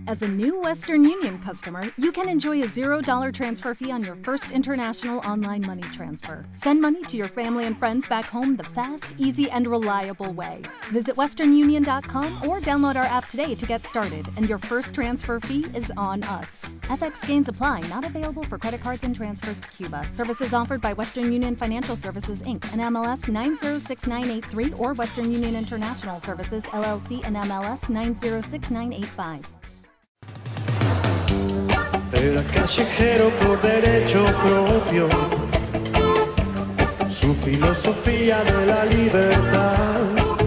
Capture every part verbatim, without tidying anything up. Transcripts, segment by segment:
As a new Western Union customer, you can enjoy a zero dollar transfer fee on your first international online money transfer. Send money to your family and friends back home the fast, easy, and reliable way. Visit western union dot com or download our app today to get started, and your first transfer fee is on us. F X gains apply, not available for credit cards and transfers to Cuba. Services offered by Western Union Financial Services, Incorporated, and M L S nine zero six nine eight three or Western Union International Services, L L C, and M L S nine zero six nine eight five. Era callejero por derecho propio, su filosofía de la libertad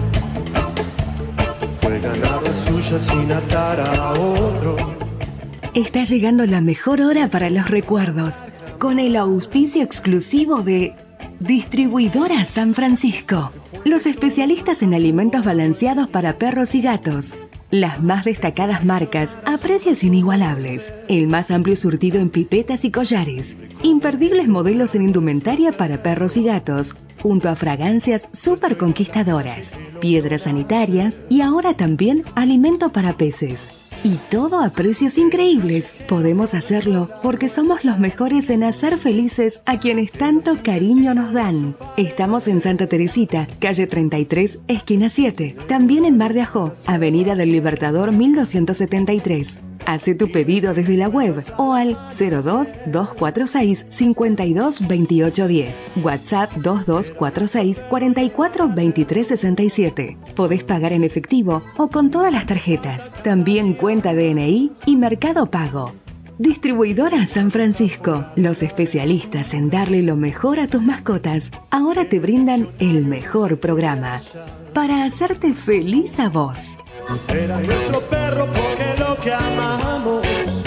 fue ganada suya sin atar a otro. Está llegando la mejor hora para los recuerdos, con el auspicio exclusivo de Distribuidora San Francisco, los especialistas en alimentos balanceados para perros y gatos. Las más destacadas marcas a precios inigualables. El más amplio surtido en pipetas y collares. Imperdibles modelos en indumentaria para perros y gatos, junto a fragancias súper conquistadoras, piedras sanitarias y ahora también alimento para peces. Y todo a precios increíbles. Podemos hacerlo porque somos los mejores en hacer felices a quienes tanto cariño nos dan. Estamos en Santa Teresita, calle treinta y tres, esquina siete. También en Mar de Ajó, avenida del Libertador mil doscientos setenta y tres. Hace tu pedido desde la web o al cero dos dos cuatro seis cinco dos dos ocho uno cero. WhatsApp dos dos cuatro seis cuatro cuatro dos tres seis siete. Podés pagar en efectivo o con todas las tarjetas. También cuenta D N I y Mercado Pago. Distribuidora San Francisco. Los especialistas en darle lo mejor a tus mascotas ahora te brindan el mejor programa para hacerte feliz a vos. Era nuestro perro porque lo que amamos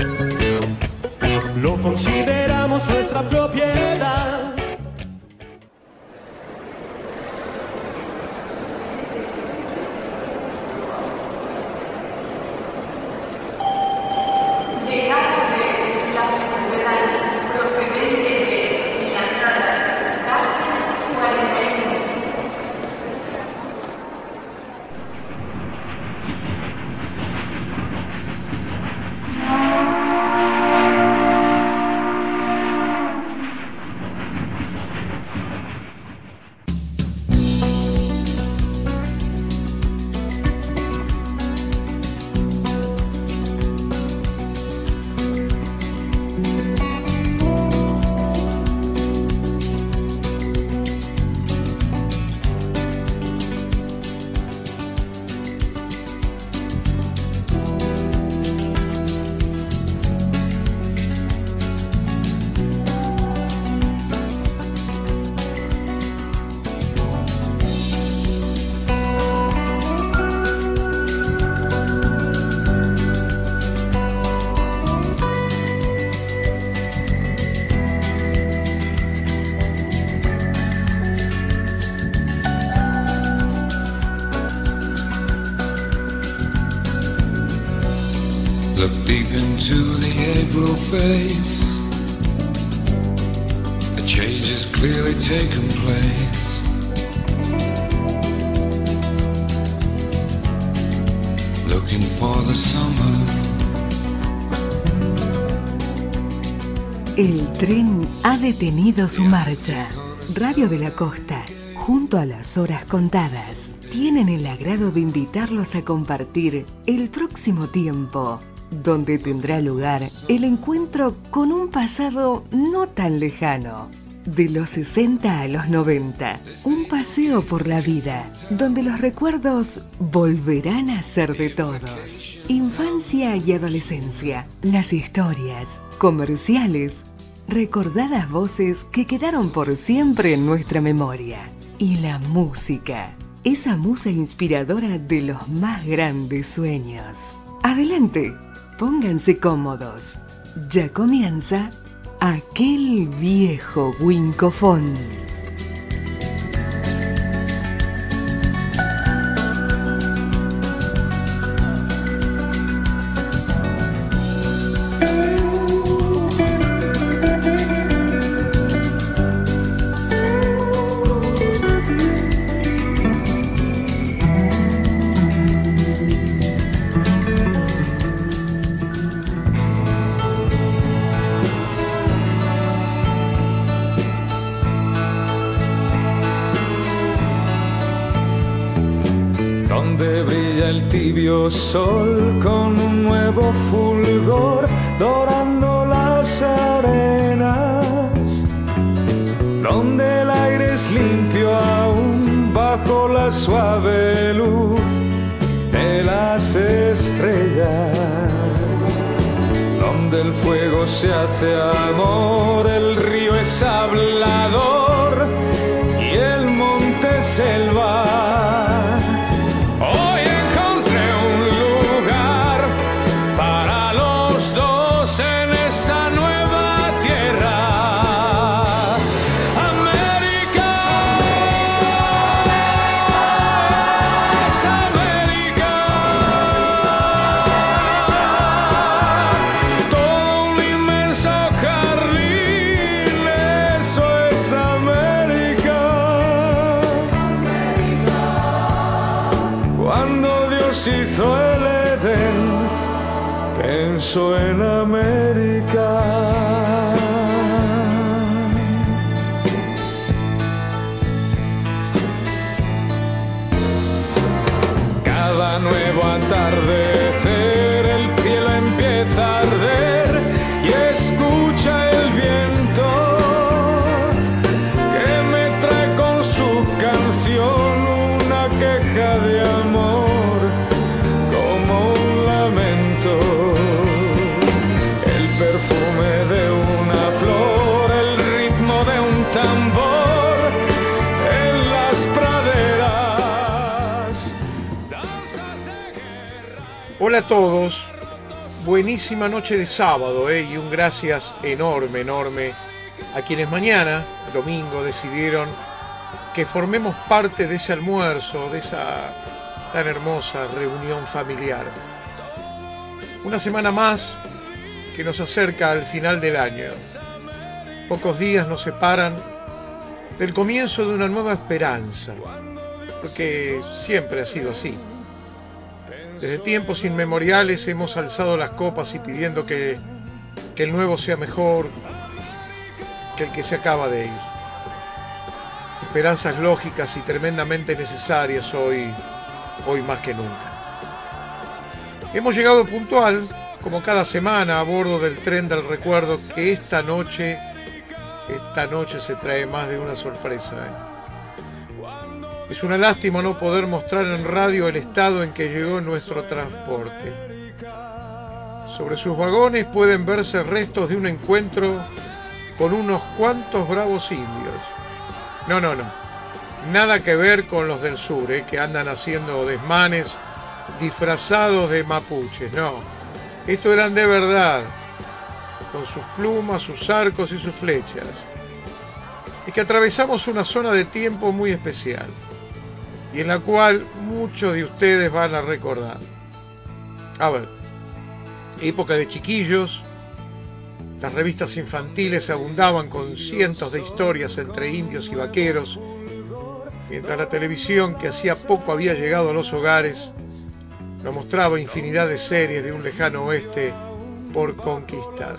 lo consideramos nuestra propiedad. Llegamos de las enfermedades procedentes de la entrada casi cuarenta y uno. Look deep into the April face. A change has clearly taken place. Looking for the summer. El tren ha detenido su marcha. Radio de la Costa, junto a las horas contadas, tienen el agrado de invitarlos a compartir el próximo tiempo, donde tendrá lugar el encuentro con un pasado no tan lejano. De los sesenta a los noventa, un paseo por la vida, donde los recuerdos volverán a ser de todos. Infancia y adolescencia, las historias, comerciales, recordadas voces que quedaron por siempre en nuestra memoria. Y la música, esa musa inspiradora de los más grandes sueños. Adelante, pónganse cómodos. Ya comienza aquel viejo Wincofón. tibio sol con un nuevo fulgor dorando las arenas, donde el aire es limpio aún bajo la suave luz de las estrellas, donde el fuego se hace amor, el río es hablador y el monte selva. Hoy encontré un lugar para los dos en esta nueva tierra. América es América. Todo un inmenso jardín, eso es América. Cuando Dios hizo el Edén, pensó en América. Cada nuevo atardecer el cielo empieza a arder y escucha el viento que me trae con su canción una queja de amor como un lamento. El perfume de una flor, el ritmo de un tambor en las praderas. Danzas de guerra. Hola a todos, buenísima noche de sábado, ¿eh? Y un gracias enorme, enorme a quienes mañana, domingo, decidieron que formemos parte de ese almuerzo, de esa tan hermosa reunión familiar. Una semana más que nos acerca al final del año. Pocos días nos separan del comienzo de una nueva esperanza, porque siempre ha sido así. Desde tiempos inmemoriales hemos alzado las copas y pidiendo que, que el nuevo sea mejor que el que se acaba de ir. Esperanzas lógicas y tremendamente necesarias hoy, hoy más que nunca. Hemos llegado puntual, como cada semana, a bordo del tren del recuerdo, que esta noche, esta noche se trae más de una sorpresa, ¿eh? Es una lástima no poder mostrar en radio el estado en que llegó nuestro transporte. Sobre sus vagones pueden verse restos de un encuentro con unos cuantos bravos indios. No, no, no. Nada que ver con los del sur, ¿eh? Que andan haciendo desmanes disfrazados de mapuches. No. Estos eran de verdad, con sus plumas, sus arcos y sus flechas. Es que atravesamos una zona de tiempo muy especial, y en la cual muchos de ustedes van a recordar. A ver, época de chiquillos, las revistas infantiles abundaban con cientos de historias entre indios y vaqueros, mientras la televisión, que hacía poco había llegado a los hogares, nos mostraba infinidad de series de un lejano oeste por conquistar.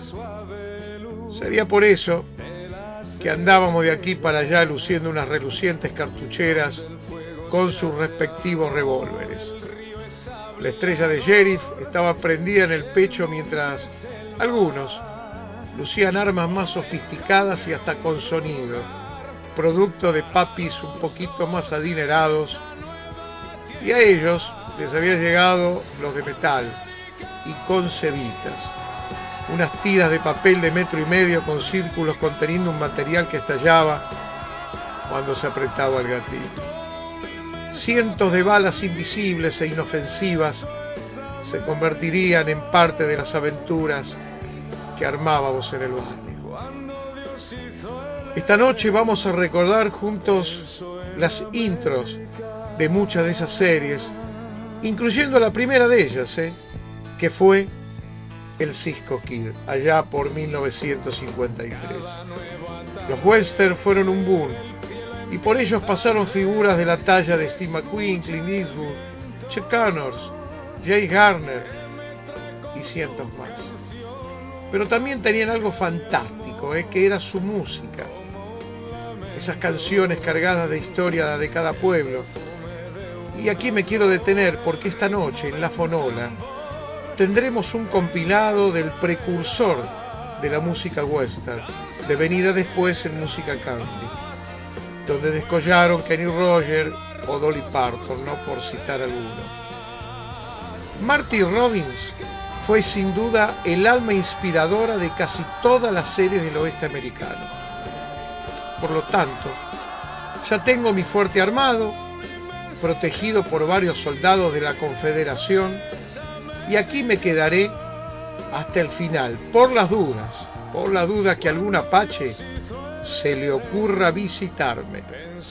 Sería por eso que andábamos de aquí para allá luciendo unas relucientes cartucheras con sus respectivos revólveres. La estrella de sheriff estaba prendida en el pecho, mientras algunos lucían armas más sofisticadas y hasta con sonido, producto de papis un poquito más adinerados, y a ellos les había llegado los de metal y con cebitas, unas tiras de papel de metro y medio con círculos conteniendo un material que estallaba cuando se apretaba el gatillo. Cientos de balas invisibles e inofensivas se convertirían en parte de las aventuras que armábamos en el barrio. Esta noche vamos a recordar juntos las intros de muchas de esas series, incluyendo la primera de ellas, ¿eh? que fue el Cisco Kid, allá por mil novecientos cincuenta y tres. Los western fueron un boom, y por ellos pasaron figuras de la talla de Steve McQueen, Clint Eastwood, Chuck Connors, Jay Garner y cientos más. Pero también tenían algo fantástico, ¿eh? que era su música. Esas canciones cargadas de historia de cada pueblo, Y aquí me quiero detener porque esta noche en La Fonola tendremos un compilado del precursor de la música western, devenida después en música country, donde descollaron Kenny Rogers o Dolly Parton, no por citar alguno. Marty Robbins fue sin duda el alma inspiradora de casi todas las series del oeste americano. Por lo tanto, ya tengo mi fuerte armado, protegido por varios soldados de la Confederación, y aquí me quedaré hasta el final, por las dudas, por la duda que algún apache se le ocurra visitarme.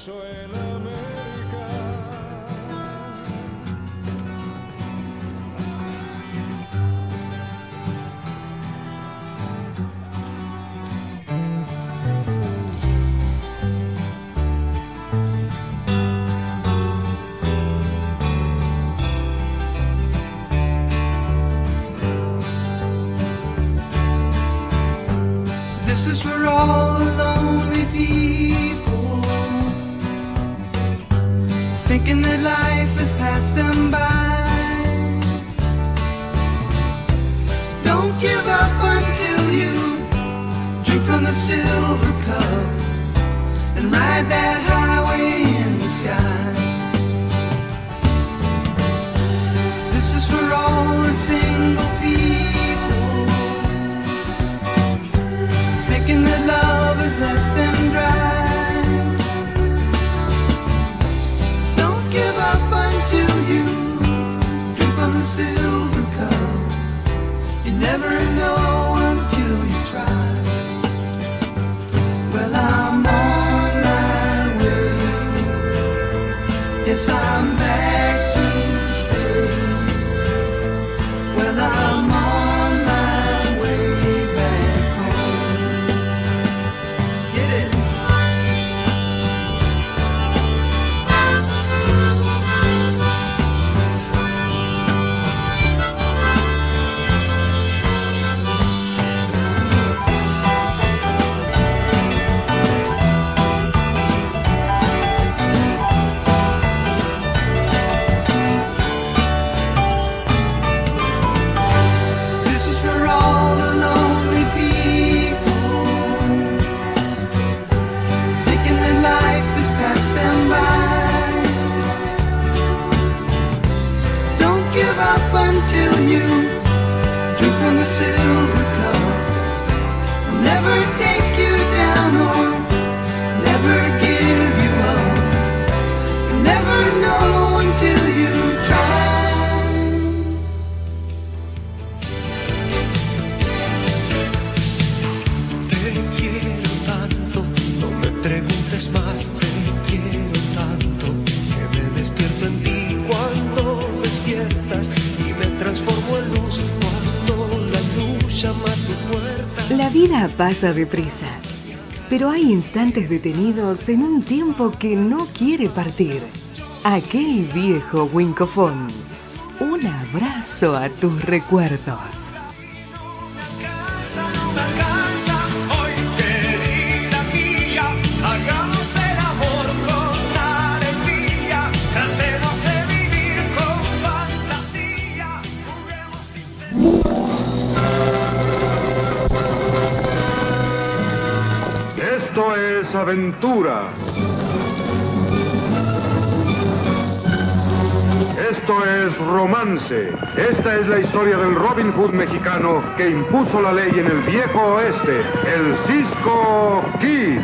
Pasa deprisa, pero hay instantes detenidos en un tiempo que no quiere partir. Aquel viejo wincofón, un abrazo a tus recuerdos. Aventura. Esto es romance. Esta es la historia del Robin Hood mexicano que impuso la ley en el viejo oeste, el Cisco Kid.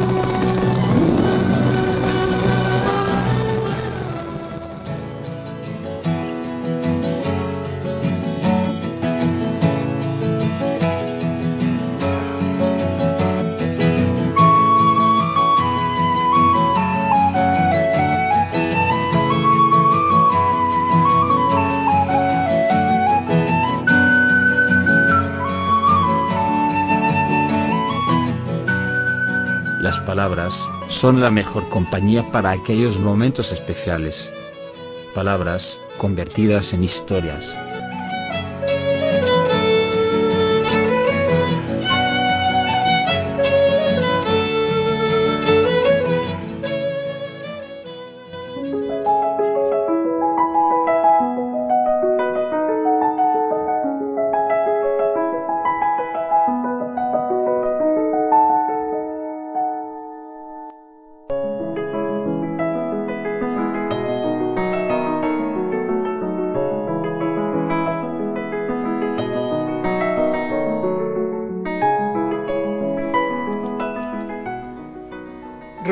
Las palabras son la mejor compañía para aquellos momentos especiales. Palabras convertidas en historias.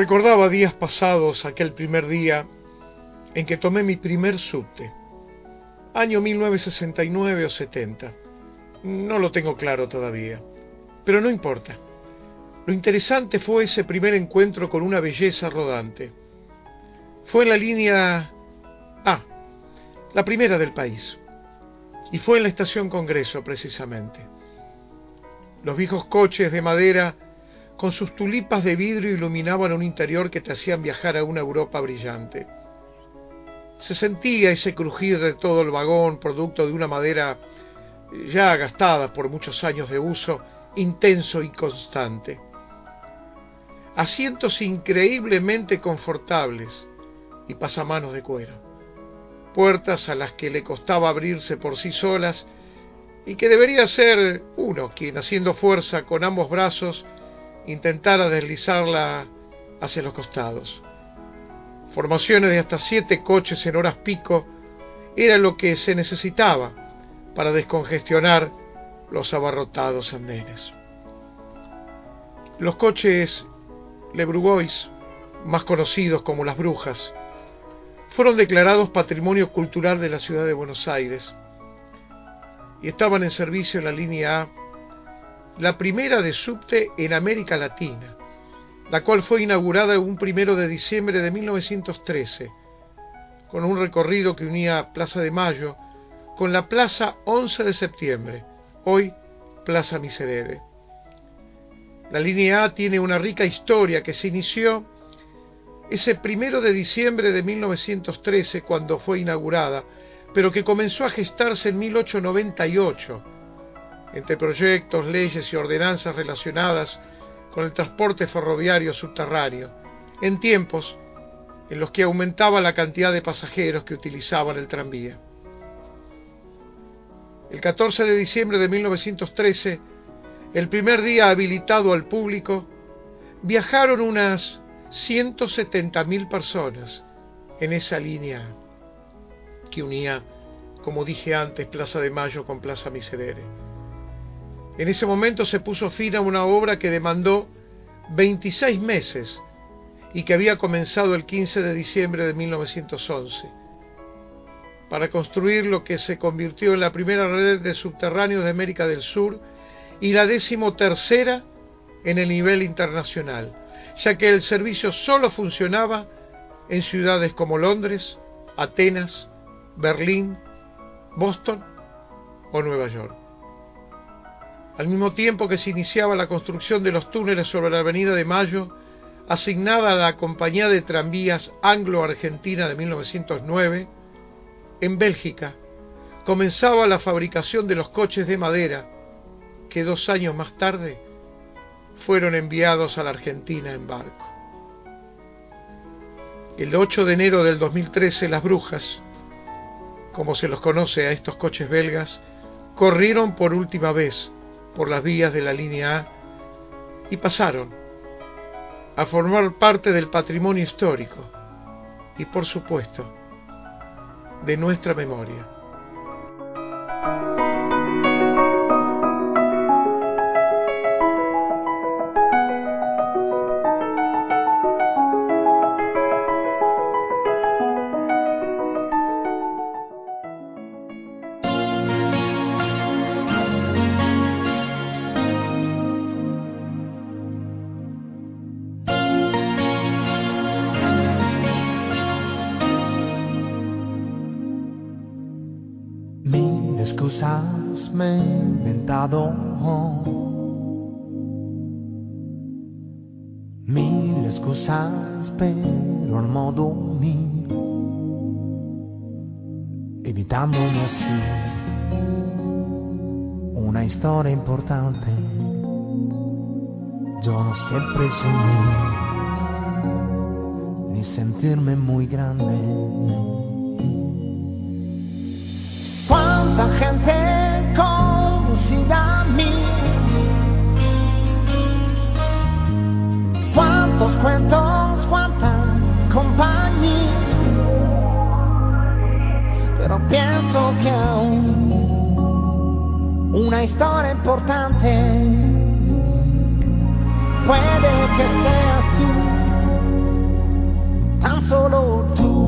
Recordaba días pasados aquel primer día en que tomé mi primer subte. Año mil novecientos sesenta y nueve o setenta. No lo tengo claro todavía, pero no importa. Lo interesante fue ese primer encuentro con una belleza rodante. Fue en la línea A, la primera del país, y fue en la estación Congreso precisamente. Los viejos coches de madera con sus tulipas de vidrio iluminaban un interior que te hacían viajar a una Europa brillante. Se sentía ese crujir de todo el vagón, producto de una madera ya gastada por muchos años de uso, intenso y constante. Asientos increíblemente confortables y pasamanos de cuero. Puertas a las que le costaba abrirse por sí solas y que debería ser uno quien, haciendo fuerza con ambos brazos, intentara deslizarla hacia los costados. Formaciones de hasta siete coches en horas pico era lo que se necesitaba para descongestionar los abarrotados andenes. Los coches Le Brugois, más conocidos como las Brujas, fueron declarados Patrimonio Cultural de la Ciudad de Buenos Aires y estaban en servicio en la línea A, la primera de subte en América Latina, la cual fue inaugurada un primero de diciembre de mil novecientos trece, con un recorrido que unía Plaza de Mayo con la Plaza once de septiembre, hoy Plaza Miserere. La línea A tiene una rica historia que se inició ese primero de diciembre de mil novecientos trece cuando fue inaugurada, pero que comenzó a gestarse en mil ochocientos noventa y ocho, entre proyectos, leyes y ordenanzas relacionadas con el transporte ferroviario subterráneo, en tiempos en los que aumentaba la cantidad de pasajeros que utilizaban el tranvía. El catorce de diciembre de mil novecientos trece, el primer día habilitado al público, viajaron unas ciento setenta mil personas en esa línea que unía, como dije antes, Plaza de Mayo con Plaza Miserere. En ese momento se puso fin a una obra que demandó veintiséis meses y que había comenzado el quince de diciembre de mil novecientos once, para construir lo que se convirtió en la primera red de subterráneos de América del Sur y la decimotercera en el nivel internacional, ya que el servicio solo funcionaba en ciudades como Londres, Atenas, Berlín, Boston o Nueva York. Al mismo tiempo que se iniciaba la construcción de los túneles sobre la Avenida de Mayo, asignada a la Compañía de Tranvías Anglo-Argentina de mil novecientos nueve, en Bélgica comenzaba la fabricación de los coches de madera que dos años más tarde fueron enviados a la Argentina en barco. El ocho de enero del dos mil trece, las Brujas, como se los conoce a estos coches belgas, corrieron por última vez por las vías de la línea A y pasaron a formar parte del patrimonio histórico y, por supuesto, de nuestra memoria. Excusas me he inventado mil excusas, pero al modo mío, evitándome así una historia importante. Yo no sé presumir ni sentirme muy grande. Cuánta gente conocida a mí, cuántos cuentos, cuánta compañía, pero pienso que aún una historia importante puede que seas tú. tan solo tú.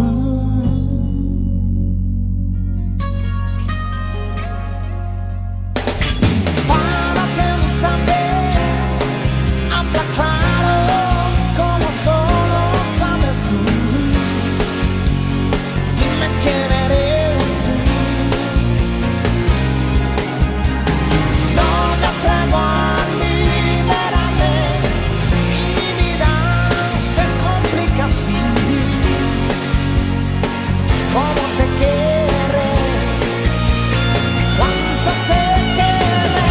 Para que un instante habla claro como solo sabes tú. Dime quién eres tú. No me atrevo a liberarme y mi vida se complica sin ti. ¿Cómo te querré? ¿Cuánto te querré?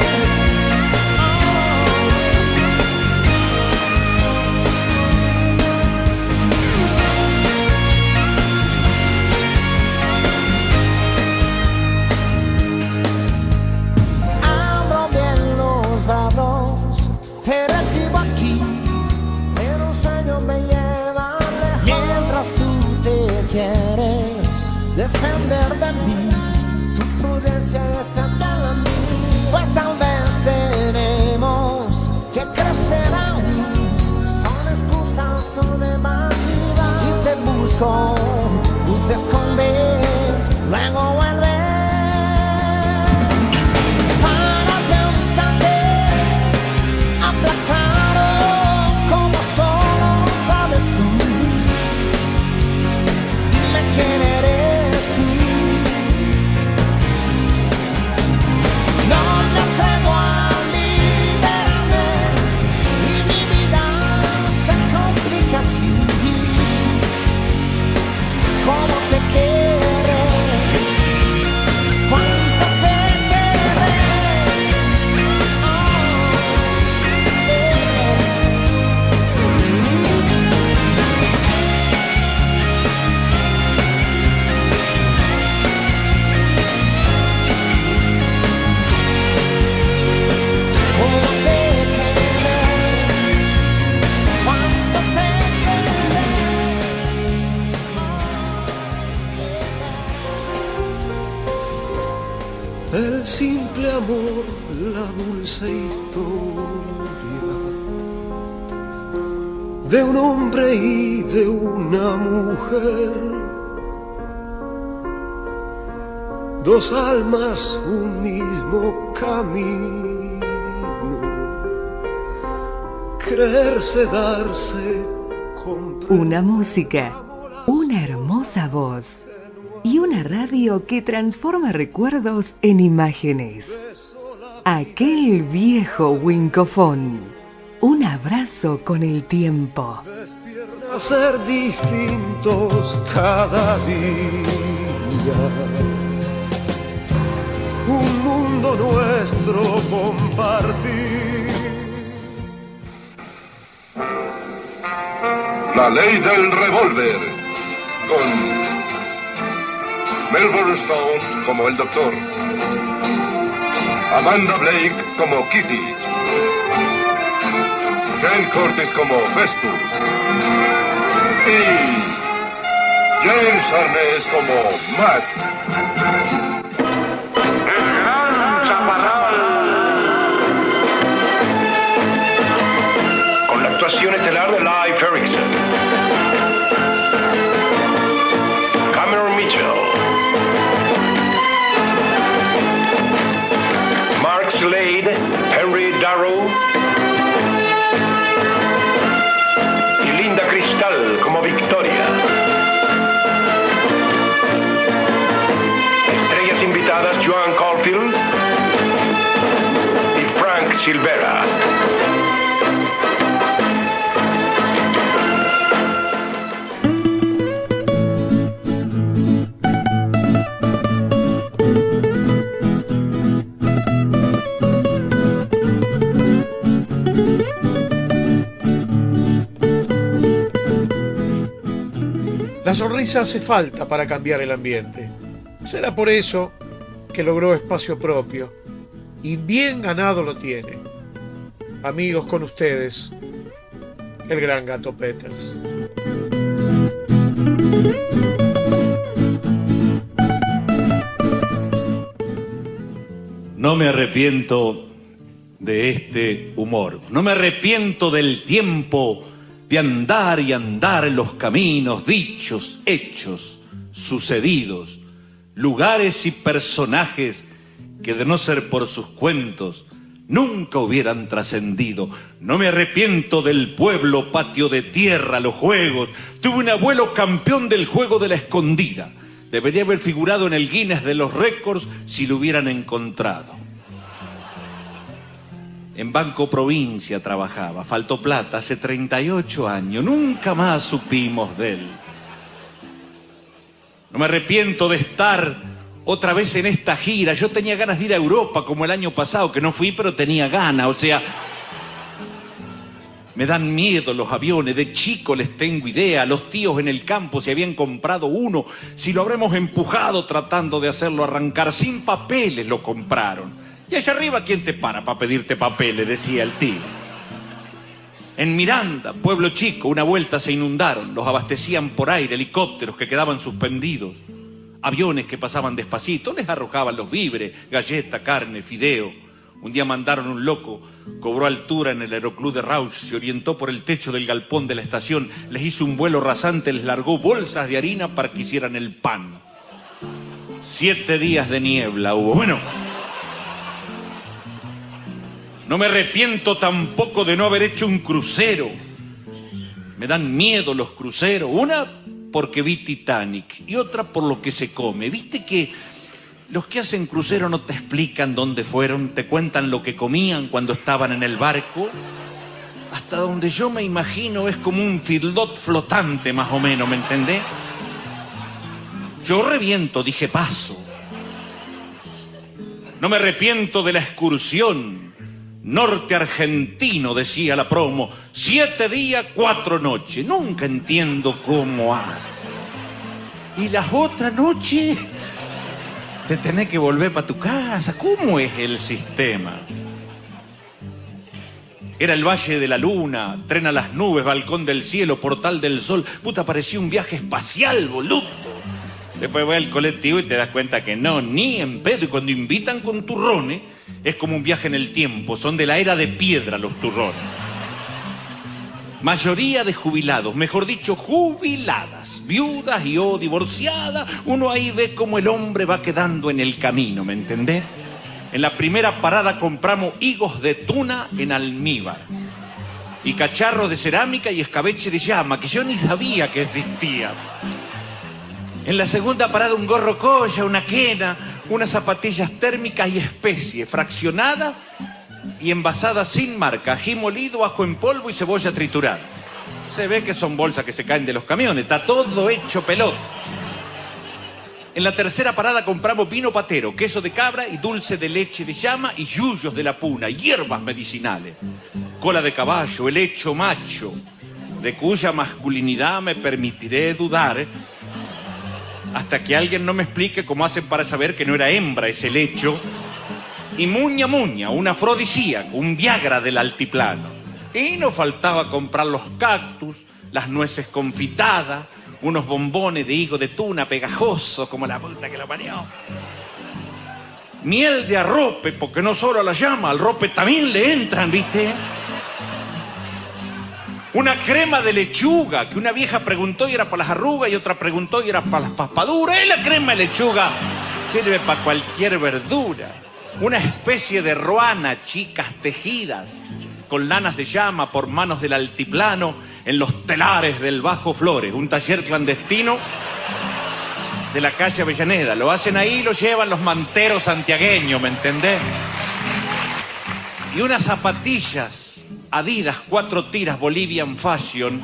Abro bien los brazos, te recibo aquí, pero un sueño me lleva lejos. Mientras tú te quieres defender de mí, tu prudencia descender de mí, pues tal vez tenemos que crecer aún. Son excusas, son evasivas. Si te busco, tú te escondes, luego vuelves. Para que un instante habla claro como solo sabes tú. Dime quién eres tú. No me atrevo a liberarme y mi vida se complica sin ti. ¿Cómo te querré? ¿Cuánto te querré? ¿Cómo te querré? ¿Cuánto te querré? El simple amor, la dulce historia de un hombre y de una mujer, dos almas, un mismo camino, creerse, darse, comprender. Una música, una hermosa voz y una radio que transforma recuerdos en imágenes. Aquel viejo Wincofón. Un abrazo con el tiempo. A ser distintos cada día, un mundo nuestro compartir. La ley del revólver, con Melbourne Stone como el doctor, Amanda Blake como Kitty, Ken Curtis como Festus y James Arness como Matt. El gran chaparral. Con la actuación estelar de Leif Erikson, Cameron Mitchell, Mark Slade, Henry Darrow y Linda Cristal como Victoria. Estrellas invitadas: Joan Caulfield y Frank Silvera. La sonrisa hace falta para cambiar el ambiente. Será por eso que logró espacio propio, y bien ganado lo tiene. Amigos, con ustedes, el gran Gato Peters. No me arrepiento de este humor. No me arrepiento del tiempo de andar y andar en los caminos, dichos, hechos, sucedidos, lugares y personajes que de no ser por sus cuentos nunca hubieran trascendido. No me arrepiento del pueblo, patio de tierra, los juegos. Tuve un abuelo campeón del juego de la escondida. Debería haber figurado en el Guinness de los récords si lo hubieran encontrado. En Banco Provincia trabajaba, faltó plata hace treinta y ocho años, nunca más supimos de él. No me arrepiento de estar otra vez en esta gira. Yo tenía ganas de ir a Europa como el año pasado, que no fui, pero tenía ganas. O sea, me dan miedo los aviones. De chico les tengo idea. Los tíos en el campo se habían comprado uno. Si lo habremos empujado tratando de hacerlo arrancar. Sin papeles lo compraron. Y allá arriba, ¿quién te para para pedirte papeles?, decía el tío. En Miranda, pueblo chico, una vuelta se inundaron. Los abastecían por aire, helicópteros que quedaban suspendidos. Aviones que pasaban despacito, les arrojaban los víveres, galleta, carne, fideo. Un día mandaron un loco, cobró altura en el aeroclub de Rauch, se orientó por el techo del galpón de la estación, les hizo un vuelo rasante, les largó bolsas de harina para que hicieran el pan. Siete días de niebla hubo. Bueno, no me arrepiento tampoco de no haber hecho un crucero. Me dan miedo los cruceros. Una, porque vi Titanic, y otra por lo que se come. ¿Viste que los que hacen crucero no te explican dónde fueron? Te cuentan lo que comían cuando estaban en el barco. Hasta donde yo me imagino es como un firdot flotante, más o menos, ¿me entendés? Yo reviento, dije paso. No me arrepiento de la excursión. Norte argentino, decía la promo. Siete días, cuatro noches. Nunca entiendo cómo hace. Y las otras noches te tenés que volver para tu casa. ¿Cómo es el sistema? Era el Valle de la Luna, tren a las nubes, balcón del cielo, portal del sol. Puta, parecía un viaje espacial, boludo. Después vas al colectivo y te das cuenta que no, ni en pedo. Y cuando invitan con turrones, es como un viaje en el tiempo. Son de la era de piedra los turrones. Mayoría de jubilados, mejor dicho, jubiladas, viudas y o divorciadas. Uno ahí ve cómo el hombre va quedando en el camino, ¿me entendés? En la primera parada compramos higos de tuna en almíbar. Y cacharros de cerámica y escabeche de llama, que yo ni sabía que existía. En la segunda parada un gorro colla, una quena, unas zapatillas térmicas y especie, fraccionada y envasada sin marca, ají molido, ajo en polvo y cebolla triturada. Se ve que son bolsas que se caen de los camiones, está todo hecho pelota. En la tercera parada compramos vino patero, queso de cabra y dulce de leche de llama y yuyos de la puna, hierbas medicinales, cola de caballo, helecho macho, de cuya masculinidad me permitiré dudar, ¿eh? Hasta que alguien no me explique cómo hacen para saber que no era hembra ese lecho. Y muña muña, un afrodisíaco, un Viagra del altiplano. Y nos faltaba comprar los cactus, las nueces confitadas, unos bombones de higo de tuna pegajosos como la puta que lo parió. Miel de arrope, porque no solo a la llama, al rope también le entran, ¿viste? Una crema de lechuga, que una vieja preguntó y era para las arrugas y otra preguntó y era para las paspaduras. Y la crema de lechuga sirve para cualquier verdura. Una especie de ruana, chicas tejidas, con lanas de llama por manos del altiplano en los telares del Bajo Flores. Un taller clandestino de la calle Avellaneda. Lo hacen ahí y lo llevan los manteros santiagueños, ¿me entendés? Y unas zapatillas Adidas, cuatro tiras, Bolivian Fashion,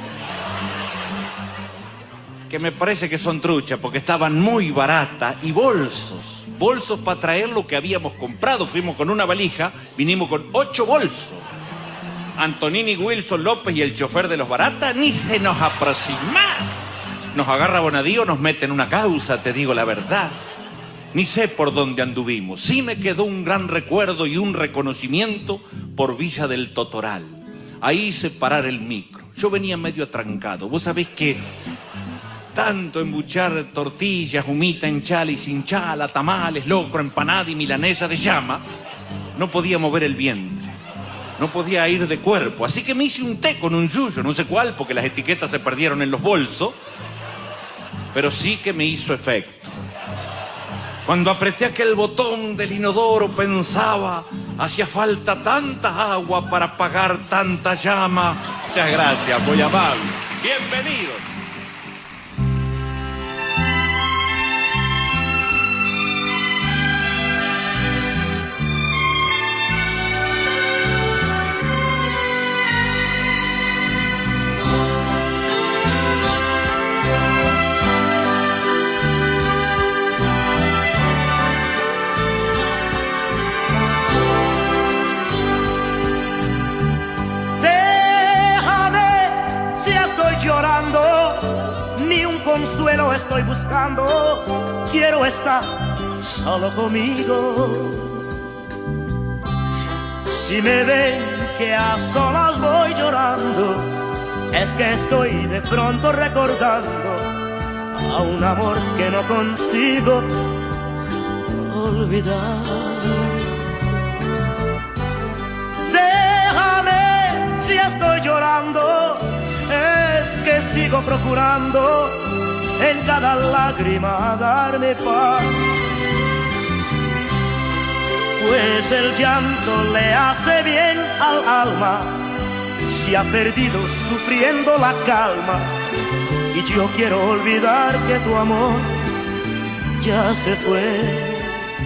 que me parece que son truchas porque estaban muy baratas, y bolsos, bolsos para traer lo que habíamos comprado. Fuimos con una valija, vinimos con ocho bolsos. Antonini, Wilson, López y el chofer de los baratas ni se nos aproxima. Nos agarra Bonadío, nos mete en una causa, te digo la verdad. Ni sé por dónde anduvimos. Sí me quedó un gran recuerdo y un reconocimiento por Villa del Totoral. Ahí hice parar el micro. Yo venía medio atrancado. Vos sabés que tanto embuchar tortillas, humita en chala y sin chala, tamales, locro, empanada y milanesa de llama, no podía mover el vientre. No podía ir de cuerpo, así que me hice un té con un yuyo, no sé cuál, porque las etiquetas se perdieron en los bolsos. Pero sí que me hizo efecto. Cuando apreté aquel botón del inodoro pensaba, hacía falta tanta agua para apagar tanta llama. Muchas gracias, muy amable. Bienvenidos. Consuelo estoy buscando, quiero estar solo conmigo. Si me ven que a solas voy llorando, es que estoy de pronto recordando a un amor que no consigo olvidar. Déjame si estoy llorando, es que sigo procurando en cada lágrima darme paz, pues el llanto le hace bien al alma, si ha perdido sufriendo la calma, y yo quiero olvidar que tu amor ya se fue.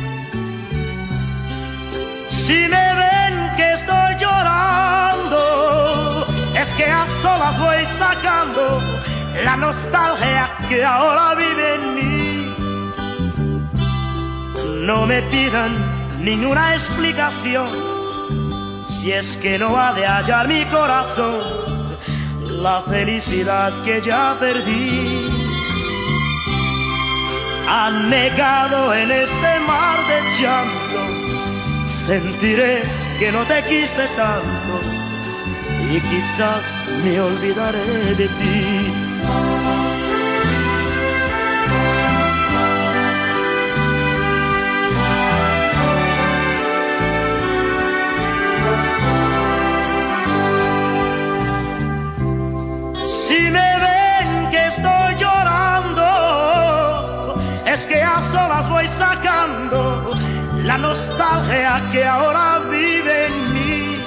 Si me ven que estoy llorando, es que a solas voy sacando la nostalgia que ahora vive en mí. No me pidan ninguna explicación, si es que no ha de hallar mi corazón la felicidad que ya perdí. Anegado en este mar de llanto, sentiré que no te quise tanto y quizás me olvidaré de ti. Si me ven que estoy llorando, es que a solas voy sacando la nostalgia que ahora vive en mí.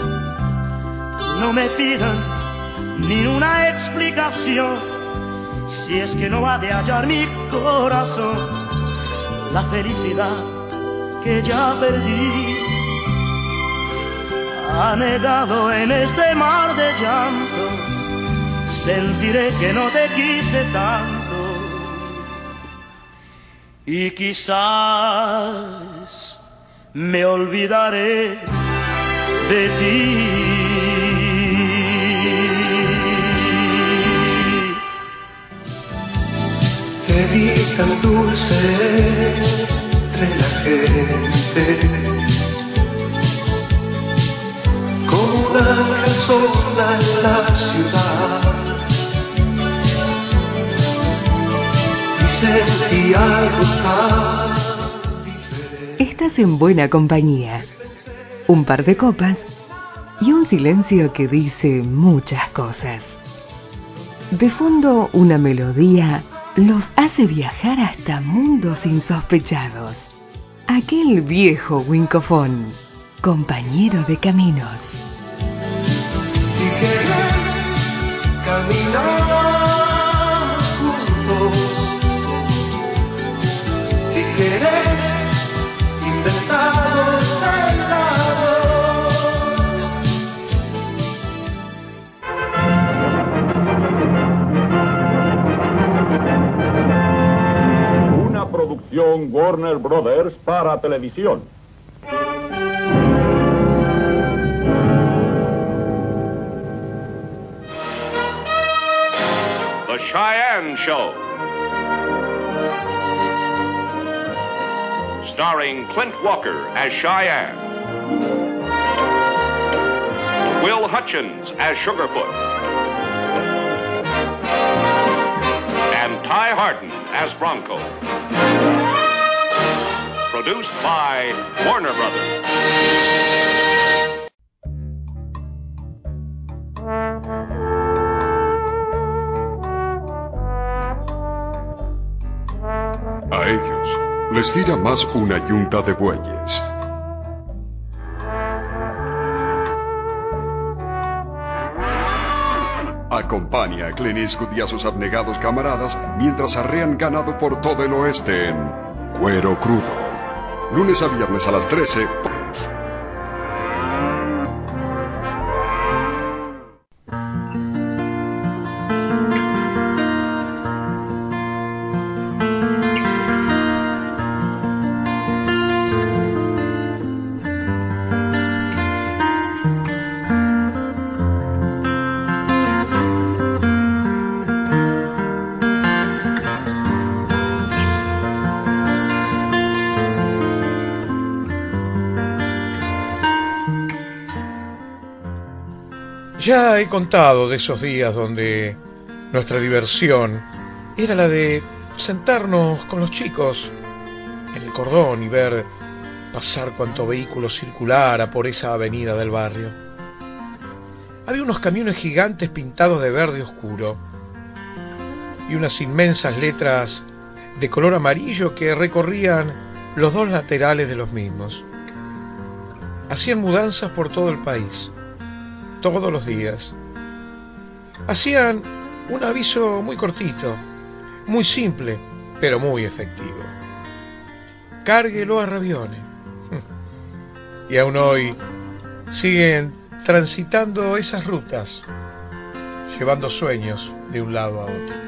No me pidan ni una explicación, si es que no va de hallar mi corazón la felicidad que ya perdí. Anegado en este mar de llanto, sentiré que no te quise tanto y quizás me olvidaré de ti. Te vi tan dulce entre la gente, como un ángel sola en la ciudad, y sentí algo tan diferente. Estás en buena compañía. Un par de copas y un silencio que dice muchas cosas. De fondo, una melodía los hace viajar hasta mundos insospechados. Aquel viejo wincofón, compañero de caminos. Si quieres caminar juntos, si quieres inventamos sentados. Producción Warner Brothers para televisión. The Cheyenne Show. Starring Clint Walker as Cheyenne, Will Hutchins as Sugarfoot, and Ty Harden as Bronco. Produced by Warner Brothers. estira más una yunta de bueyes. Acompaña a Clint Eastwood y a sus abnegados camaradas mientras arrean ganado por todo el oeste en Cuero Crudo. Lunes a viernes a las trece. Ya he contado de esos días donde nuestra diversión era la de sentarnos con los chicos en el cordón y ver pasar cuanto vehículo circulara por esa avenida del barrio. Había unos camiones gigantes pintados de verde oscuro y unas inmensas letras de color amarillo que recorrían los dos laterales de los mismos. Hacían mudanzas por todo el país, todos los días. Hacían un aviso muy cortito, muy simple, pero muy efectivo. Cárguelo a Ravione. Y aún hoy siguen transitando esas rutas, llevando sueños de un lado a otro.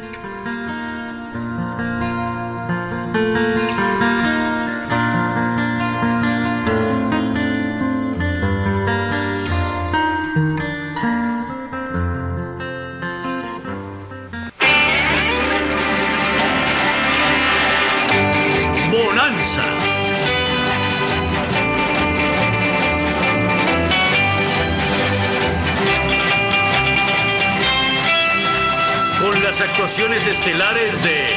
Actuaciones estelares de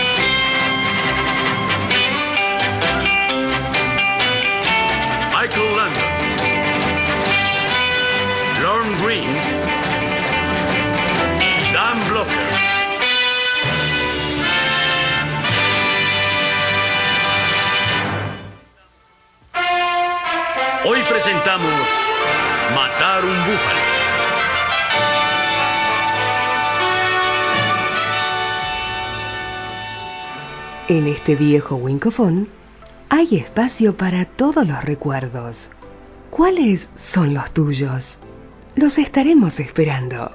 Michael Landon, Lorne Greene, Dan Blocker. Hoy presentamos Matar un búfalo. En este viejo wincofón hay espacio para todos los recuerdos. ¿Cuáles son los tuyos? Los estaremos esperando.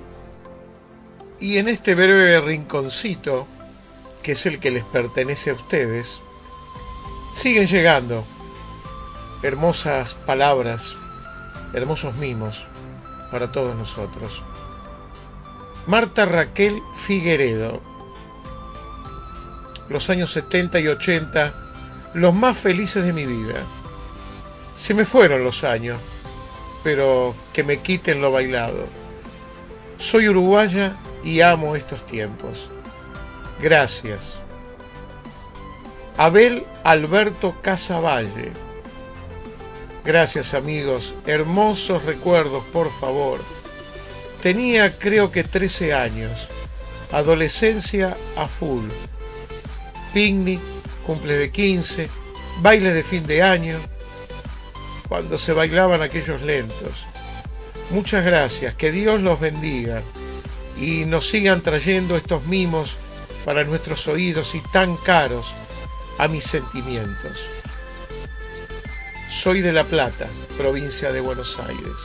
Y en este breve rinconcito, que es el que les pertenece a ustedes, siguen llegando hermosas palabras, hermosos mimos para todos nosotros. Marta Raquel Figueredo. Los años setenta y ochenta, los más felices de mi vida. Se me fueron los años, pero que me quiten lo bailado. Soy uruguaya y amo estos tiempos. Gracias. Abel Alberto Casavalle. Gracias, amigos. Hermosos recuerdos, por favor. Tenía, creo que trece años. Adolescencia a full. Picnic, cumple de quince, bailes de fin de año, cuando se bailaban aquellos lentos. Muchas gracias, que Dios los bendiga y nos sigan trayendo estos mimos para nuestros oídos y tan caros a mis sentimientos. Soy de La Plata, provincia de Buenos Aires.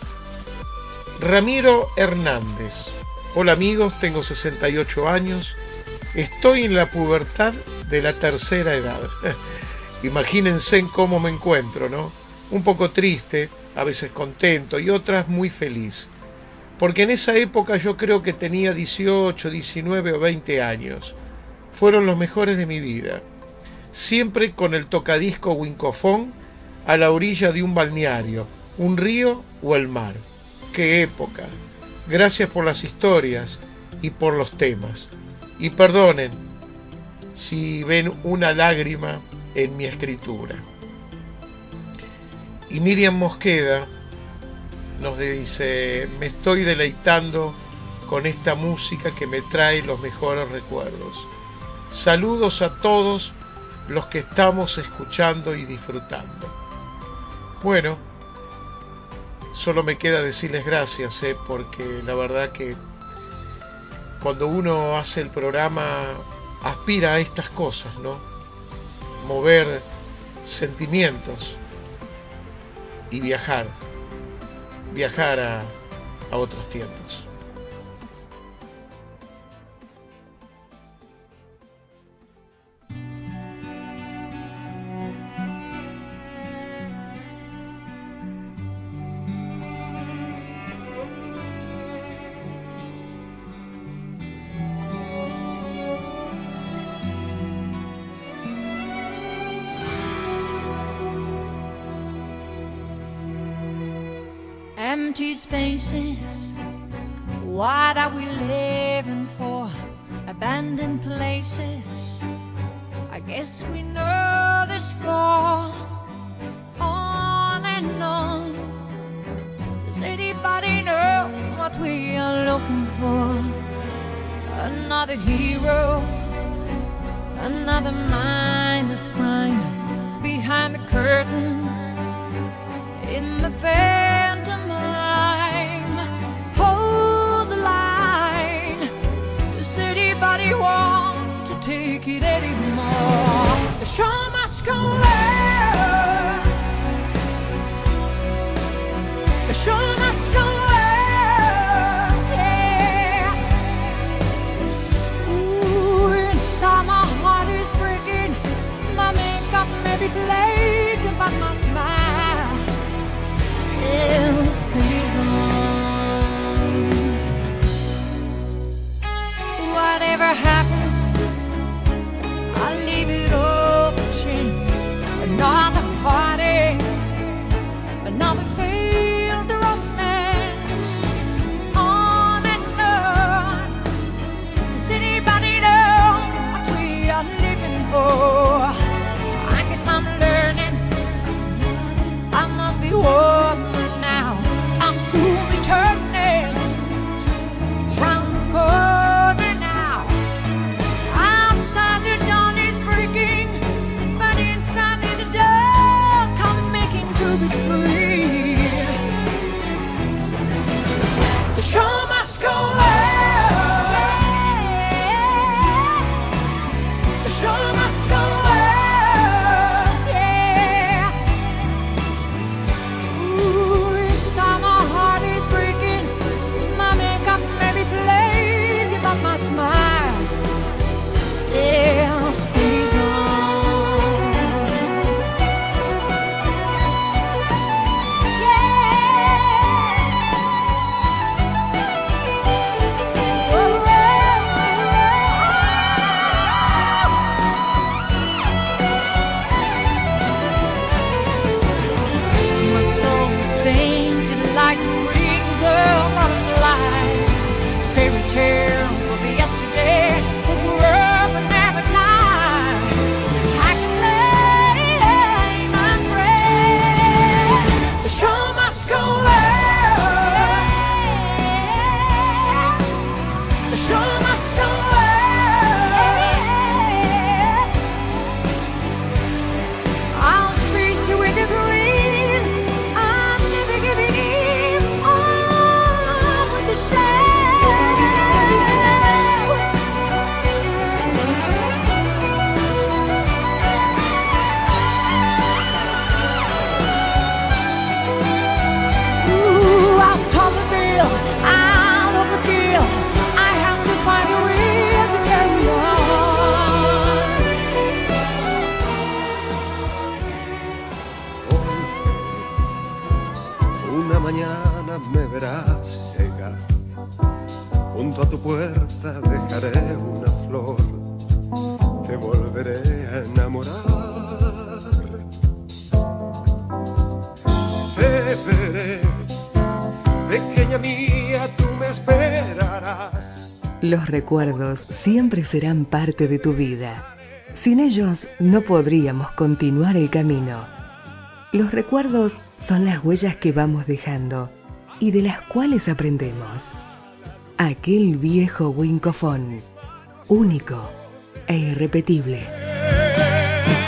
Ramiro Hernández. Hola amigos, tengo sesenta y ocho años. Estoy en la pubertad de la tercera edad. Imagínense en cómo me encuentro, ¿no? Un poco triste, a veces contento y otras muy feliz. Porque en esa época yo creo que tenía dieciocho, diecinueve o veinte años. Fueron los mejores de mi vida. Siempre con el tocadisco wincofón a la orilla de un balneario, un río o el mar. ¡Qué época! Gracias por las historias y por los temas. Y perdonen si ven una lágrima en mi escritura. Y Miriam Mosqueda nos dice: me estoy deleitando con esta música que me trae los mejores recuerdos. Saludos a todos los que estamos escuchando y disfrutando. Bueno, solo me queda decirles gracias, ¿eh? Porque la verdad que cuando uno hace el programa aspira a estas cosas, ¿no? Mover sentimientos y viajar, viajar a, a otros tiempos. Empty spaces, what are we living for? Abandoned places, I guess we know the score. On and on, does anybody know what we are looking for? Another hero, another mindless crime behind the curtain in the phantom. Anybody want to take it anymore? The show must go on. The show must go on. Yeah. Ooh, inside my heart is breaking. My makeup may be played, but my smile still stays on. Whatever happens, I'll leave it all to chance. Another heartache, another failed romance. On and on. Does anybody know what we are living for? I guess I'm learning. I must be woman now. I'm cool returning round the corner. Los recuerdos siempre serán parte de tu vida. Sin ellos no podríamos continuar el camino. Los recuerdos son las huellas que vamos dejando y de las cuales aprendemos. Aquel viejo Wincofón, único e irrepetible.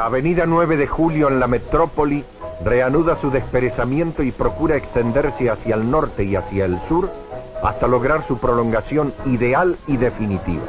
avenida nueve de julio en la metrópoli reanuda su desperezamiento y procura extenderse hacia el norte y hacia el sur hasta lograr su prolongación ideal y definitiva.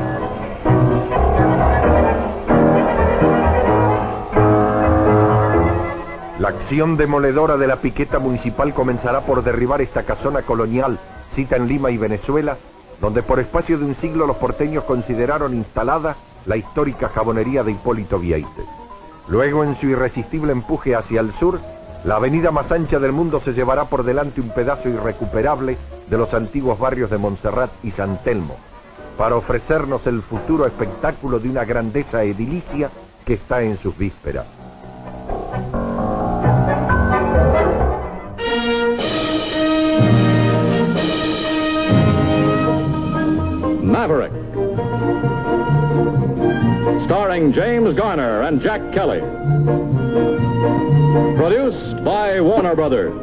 La acción demoledora de la piqueta municipal comenzará por derribar esta casona colonial, cita en Lima y Venezuela, donde por espacio de un siglo los porteños consideraron instalada la histórica jabonería de Hipólito Vieites. Luego, en su irresistible empuje hacia el sur, la avenida más ancha del mundo se llevará por delante un pedazo irrecuperable de los antiguos barrios de Montserrat y San Telmo, para ofrecernos el futuro espectáculo de una grandeza edilicia que está en sus vísperas. Maverick, starring James Garner and Jack Kelly. Produced by Warner Brothers.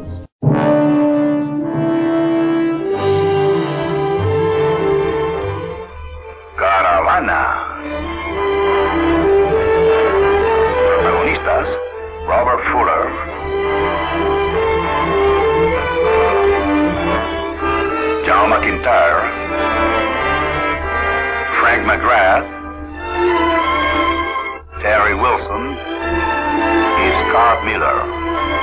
Caravana. Protagonistas: Robert Fuller, John McIntyre, Frank McGrath, Terry Wilson y Scott Miller.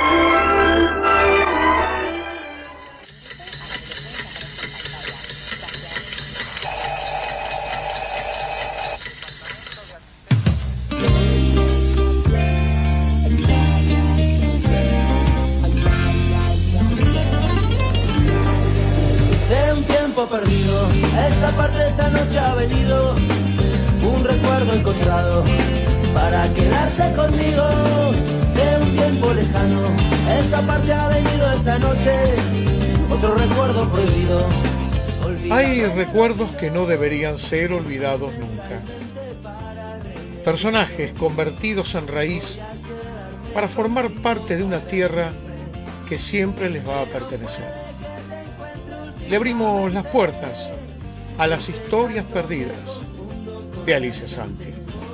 De un tiempo perdido, esta parte esta noche ha venido un recuerdo encontrado para quedarse conmigo. De un tiempo lejano, esta parte ha venido esta noche otro recuerdo prohibido. Hay recuerdos que no deberían ser olvidados nunca. Personajes convertidos en raíz para formar parte de una tierra que siempre les va a pertenecer. Le abrimos las puertas a las historias perdidas de Alicia Santi.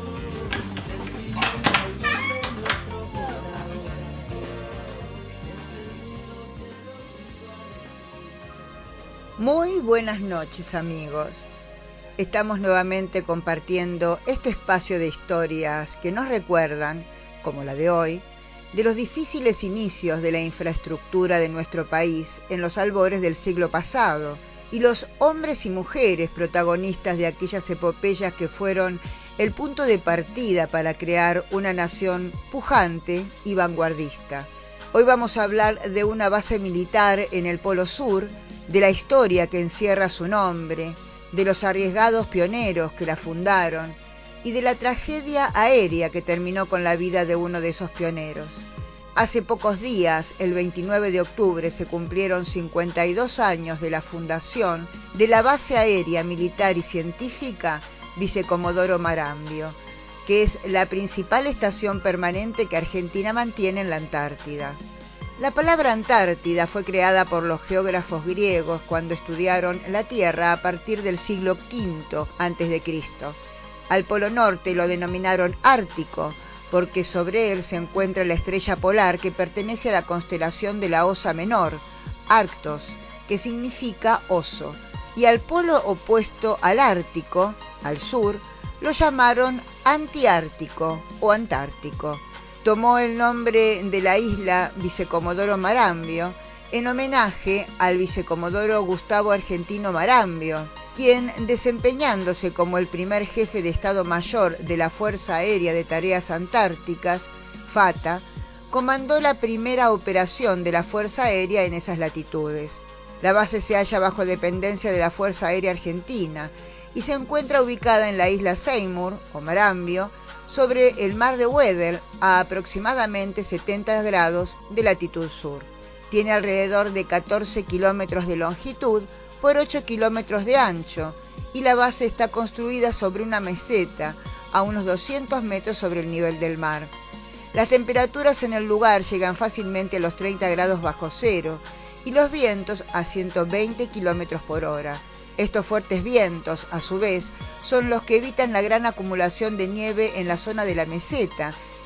Muy buenas noches, amigos. Estamos nuevamente compartiendo este espacio de historias que nos recuerdan, como la de hoy, de los difíciles inicios de la infraestructura de nuestro país en los albores del siglo pasado y los hombres y mujeres protagonistas de aquellas epopeyas que fueron el punto de partida para crear una nación pujante y vanguardista. Hoy vamos a hablar de una base militar en el Polo Sur, de la historia que encierra su nombre, de los arriesgados pioneros que la fundaron y de la tragedia aérea que terminó con la vida de uno de esos pioneros. Hace pocos días, el veintinueve de octubre, se cumplieron cincuenta y dos años de la fundación de la base aérea militar y científica Vicecomodoro Marambio, que es la principal estación permanente que Argentina mantiene en la Antártida. La palabra Antártida fue creada por los geógrafos griegos cuando estudiaron la Tierra a partir del siglo quinto antes de Cristo. Al Polo Norte lo denominaron Ártico, porque sobre él se encuentra la estrella polar que pertenece a la constelación de la Osa Menor, Arctos, que significa oso, y al polo opuesto al Ártico, al sur, lo llamaron Antiártico o Antártico. Tomó el nombre de la isla Vicecomodoro Marambio en homenaje al vicecomodoro Gustavo Argentino Marambio, quien, desempeñándose como el primer jefe de Estado Mayor de la Fuerza Aérea de Tareas Antárticas, FATA, comandó la primera operación de la Fuerza Aérea en esas latitudes. La base se halla bajo dependencia de la Fuerza Aérea Argentina y se encuentra ubicada en la isla Seymour, o Marambio, sobre el mar de Weddell, a aproximadamente setenta grados de latitud sur. Tiene alrededor de catorce kilómetros de longitud por ocho kilómetros de ancho, y la base está construida sobre una meseta a unos doscientos metros sobre el nivel del mar. Las temperaturas en el lugar llegan fácilmente a los treinta grados bajo cero y los vientos a ciento veinte kilómetros por hora. Estos fuertes vientos, a su vez, son los que evitan la gran acumulación de nieve en la zona de la meseta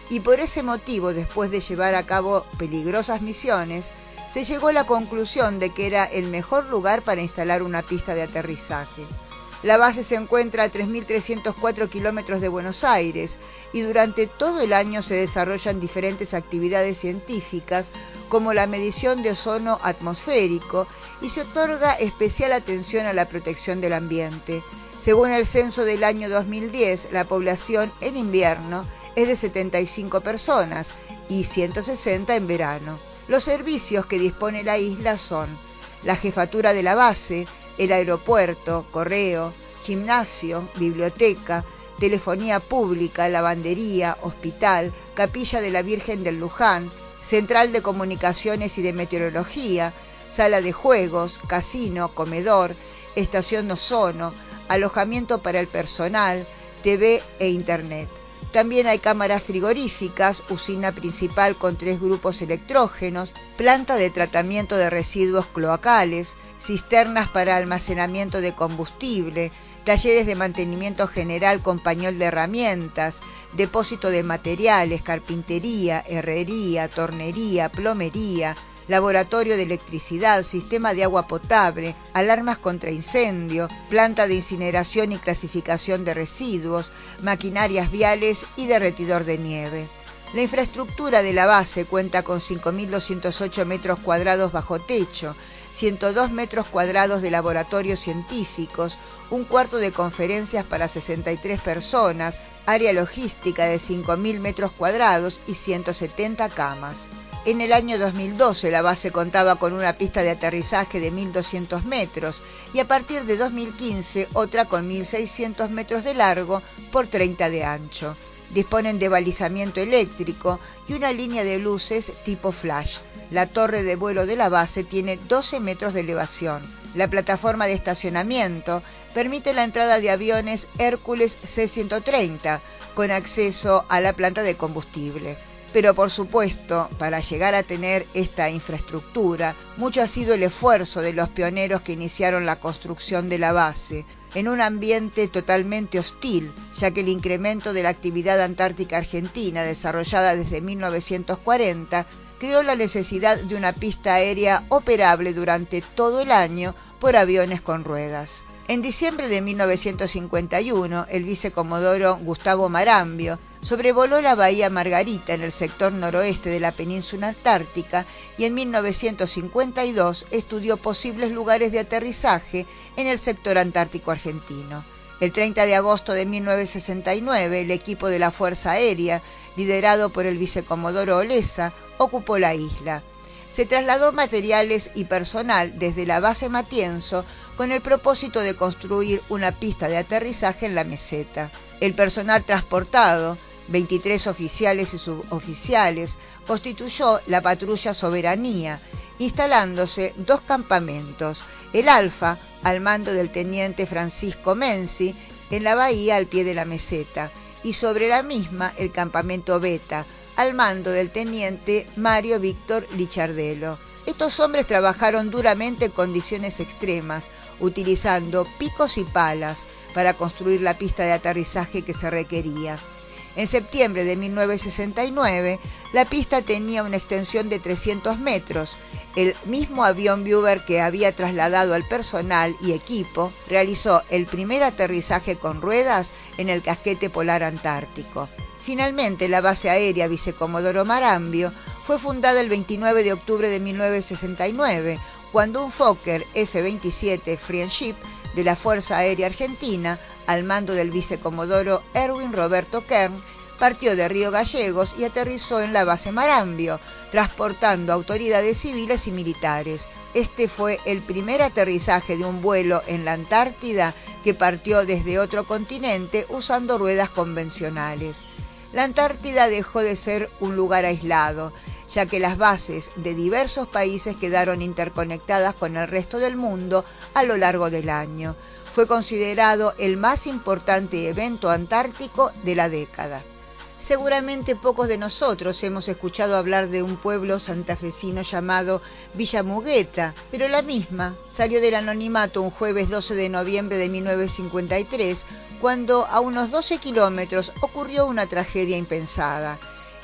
y por ese motivo, después de llevar a cabo peligrosas misiones, se llegó a la conclusión de que era el mejor lugar para instalar una pista de aterrizaje. La base se encuentra a tres mil trescientos cuatro kilómetros de Buenos Aires y durante todo el año se desarrollan diferentes actividades científicas como la medición de ozono atmosférico y se otorga especial atención a la protección del ambiente. Según el censo del año dos mil diez, la población en invierno es de setenta y cinco personas y ciento sesenta en verano. Los servicios que dispone la isla son la jefatura de la base, el aeropuerto, correo, gimnasio, biblioteca, telefonía pública, lavandería, hospital, capilla de la Virgen del Luján, central de comunicaciones y de meteorología, sala de juegos, casino, comedor, estación de ozono, alojamiento para el personal, T V e internet. También hay cámaras frigoríficas, usina principal con tres grupos electrógenos, planta de tratamiento de residuos cloacales, cisternas para almacenamiento de combustible, talleres de mantenimiento general con pañol de herramientas, depósito de materiales, carpintería, herrería, tornería, plomería, laboratorio de electricidad, sistema de agua potable, alarmas contra incendio, planta de incineración y clasificación de residuos, maquinarias viales y derretidor de nieve. La infraestructura de la base cuenta con cinco mil doscientos ocho metros cuadrados bajo techo, ciento dos metros cuadrados de laboratorios científicos, un cuarto de conferencias para sesenta y tres personas, área logística de cinco mil metros cuadrados y ciento setenta camas. En el año dos mil doce la base contaba con una pista de aterrizaje de mil doscientos metros y a partir de dos mil quince otra con mil seiscientos metros de largo por treinta de ancho. Disponen de balizamiento eléctrico y una línea de luces tipo flash. La torre de vuelo de la base tiene doce metros de elevación. La plataforma de estacionamiento permite la entrada de aviones Hércules C ciento treinta con acceso a la planta de combustible. Pero por supuesto, para llegar a tener esta infraestructura, mucho ha sido el esfuerzo de los pioneros que iniciaron la construcción de la base, en un ambiente totalmente hostil, ya que el incremento de la actividad antártica argentina, desarrollada desde mil novecientos cuarenta, creó la necesidad de una pista aérea operable durante todo el año por aviones con ruedas. En diciembre de mil novecientos cincuenta y uno, el vicecomodoro Gustavo Marambio sobrevoló la bahía Margarita en el sector noroeste de la península antártica y en mil novecientos cincuenta y dos estudió posibles lugares de aterrizaje en el sector antártico argentino. El treinta de agosto de mil novecientos sesenta y nueve, el equipo de la Fuerza Aérea, liderado por el vicecomodoro Olesa, ocupó la isla. Se trasladó materiales y personal desde la base Matienzo con el propósito de construir una pista de aterrizaje en la meseta. El personal transportado, veintitrés oficiales y suboficiales, constituyó la patrulla Soberanía, instalándose dos campamentos, el Alfa, al mando del teniente Francisco Menzi, en la bahía al pie de la meseta, y sobre la misma el campamento Beta, al mando del teniente Mario Víctor Lichardello. Estos hombres trabajaron duramente en condiciones extremas, utilizando picos y palas para construir la pista de aterrizaje que se requería. En septiembre de mil novecientos sesenta y nueve, la pista tenía una extensión de trescientos metros. El mismo avión Buber que había trasladado al personal y equipo realizó el primer aterrizaje con ruedas en el casquete polar antártico. Finalmente, la base aérea Vicecomodoro Marambio fue fundada el veintinueve de octubre de mil novecientos sesenta y nueve, cuando un Fokker F veintisiete Friendship de la Fuerza Aérea Argentina, al mando del vicecomodoro Erwin Roberto Kern, partió de Río Gallegos y aterrizó en la base Marambio, transportando autoridades civiles y militares. Este fue el primer aterrizaje de un vuelo en la Antártida que partió desde otro continente usando ruedas convencionales. La Antártida dejó de ser un lugar aislado, ya que las bases de diversos países quedaron interconectadas con el resto del mundo a lo largo del año. Fue considerado el más importante evento antártico de la década. Seguramente pocos de nosotros hemos escuchado hablar de un pueblo santafesino llamado Villa Mugueta, pero la misma salió del anonimato un jueves doce de noviembre de mil novecientos cincuenta y tres, cuando a unos doce kilómetros ocurrió una tragedia impensada.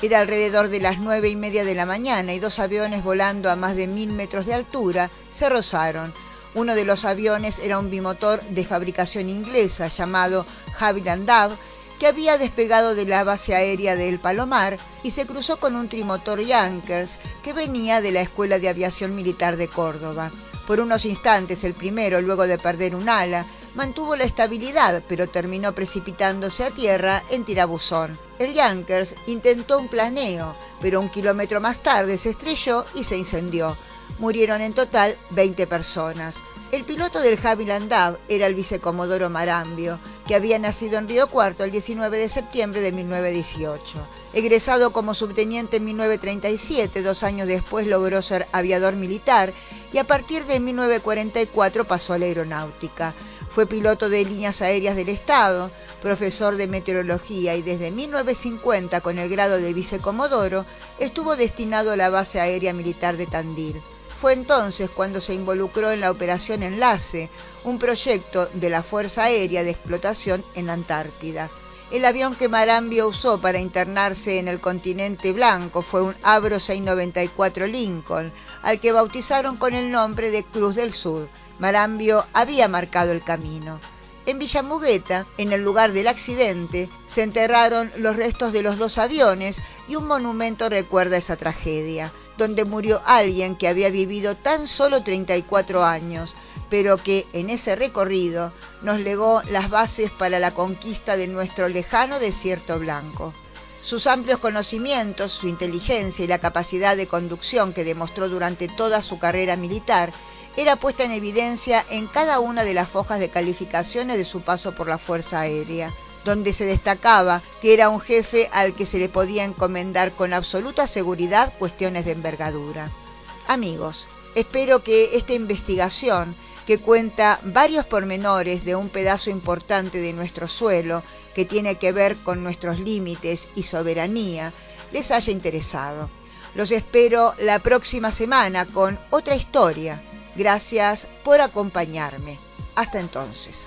Era alrededor de las nueve y media de la mañana y dos aviones volando a más de mil metros de altura se rozaron. Uno de los aviones era un bimotor de fabricación inglesa llamado Havilland Dove, que había despegado de la base aérea de El Palomar y se cruzó con un trimotor Junkers que venía de la Escuela de Aviación Militar de Córdoba. Por unos instantes el primero, luego de perder un ala, mantuvo la estabilidad, pero terminó precipitándose a tierra en tirabuzón. El Junkers intentó un planeo, pero un kilómetro más tarde se estrelló y se incendió. Murieron en total veinte personas. El piloto del Havilland Dove era el vicecomodoro Marambio, que había nacido en Río Cuarto el diecinueve de septiembre de mil novecientos dieciocho. Egresado como subteniente en mil novecientos treinta y siete, dos años después logró ser aviador militar y a partir de mil novecientos cuarenta y cuatro pasó a la aeronáutica. Fue piloto de líneas aéreas del Estado, profesor de meteorología y desde mil novecientos cincuenta, con el grado de vicecomodoro, estuvo destinado a la base aérea militar de Tandil. Fue entonces cuando se involucró en la Operación Enlace, un proyecto de la Fuerza Aérea de Explotación en la Antártida. El avión que Marambio usó para internarse en el continente blanco fue un Avro seiscientos noventa y cuatro Lincoln, al que bautizaron con el nombre de Cruz del Sur. Marambio había marcado el camino. En Villa Mugueta, en el lugar del accidente, se enterraron los restos de los dos aviones y un monumento recuerda esa tragedia, donde murió alguien que había vivido tan solo treinta y cuatro años, pero que en ese recorrido nos legó las bases para la conquista de nuestro lejano desierto blanco. Sus amplios conocimientos, su inteligencia y la capacidad de conducción que demostró durante toda su carrera militar era puesta en evidencia en cada una de las hojas de calificaciones de su paso por la Fuerza Aérea, donde se destacaba que era un jefe al que se le podía encomendar con absoluta seguridad cuestiones de envergadura. Amigos, espero que esta investigación, que cuenta varios pormenores de un pedazo importante de nuestro suelo que tiene que ver con nuestros límites y soberanía, les haya interesado. Los espero la próxima semana con otra historia. Gracias por acompañarme. Hasta entonces.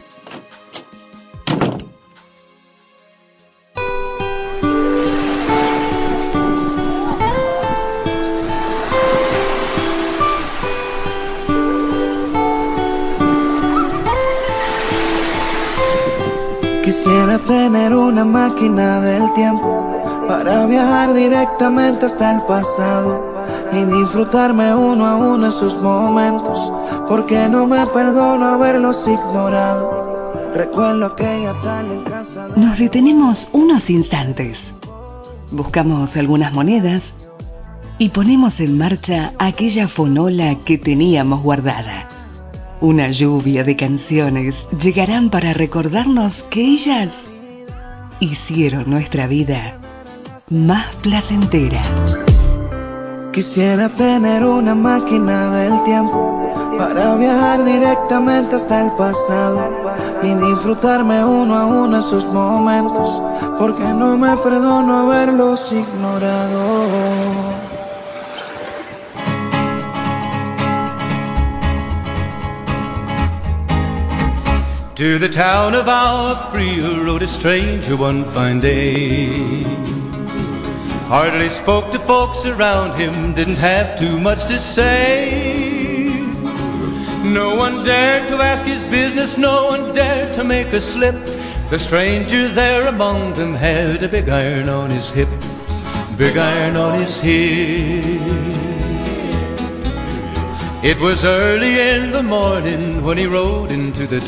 Quisiera tener una máquina del tiempo para viajar directamente hasta el pasado y disfrutarme uno a uno esos momentos, porque no me perdono haberlos ignorado. Recuerdo aquella tarde en casa de... Nos detenemos unos instantes, buscamos algunas monedas y ponemos en marcha aquella fonola que teníamos guardada. Una lluvia de canciones llegarán para recordarnos que ellas hicieron nuestra vida más placentera. Quisiera tener una máquina del tiempo para viajar directamente hasta el pasado y disfrutarme uno a uno esos momentos, porque no me perdono haberlos ignorado. To the town of Alfrea rode a stranger one fine day. Hardly spoke to folks around him, didn't have too much to say. No one dared to ask his business, no one dared to make a slip. The stranger there among them had a big iron on his hip, big iron on his hip. It was early in the morning when he rode into the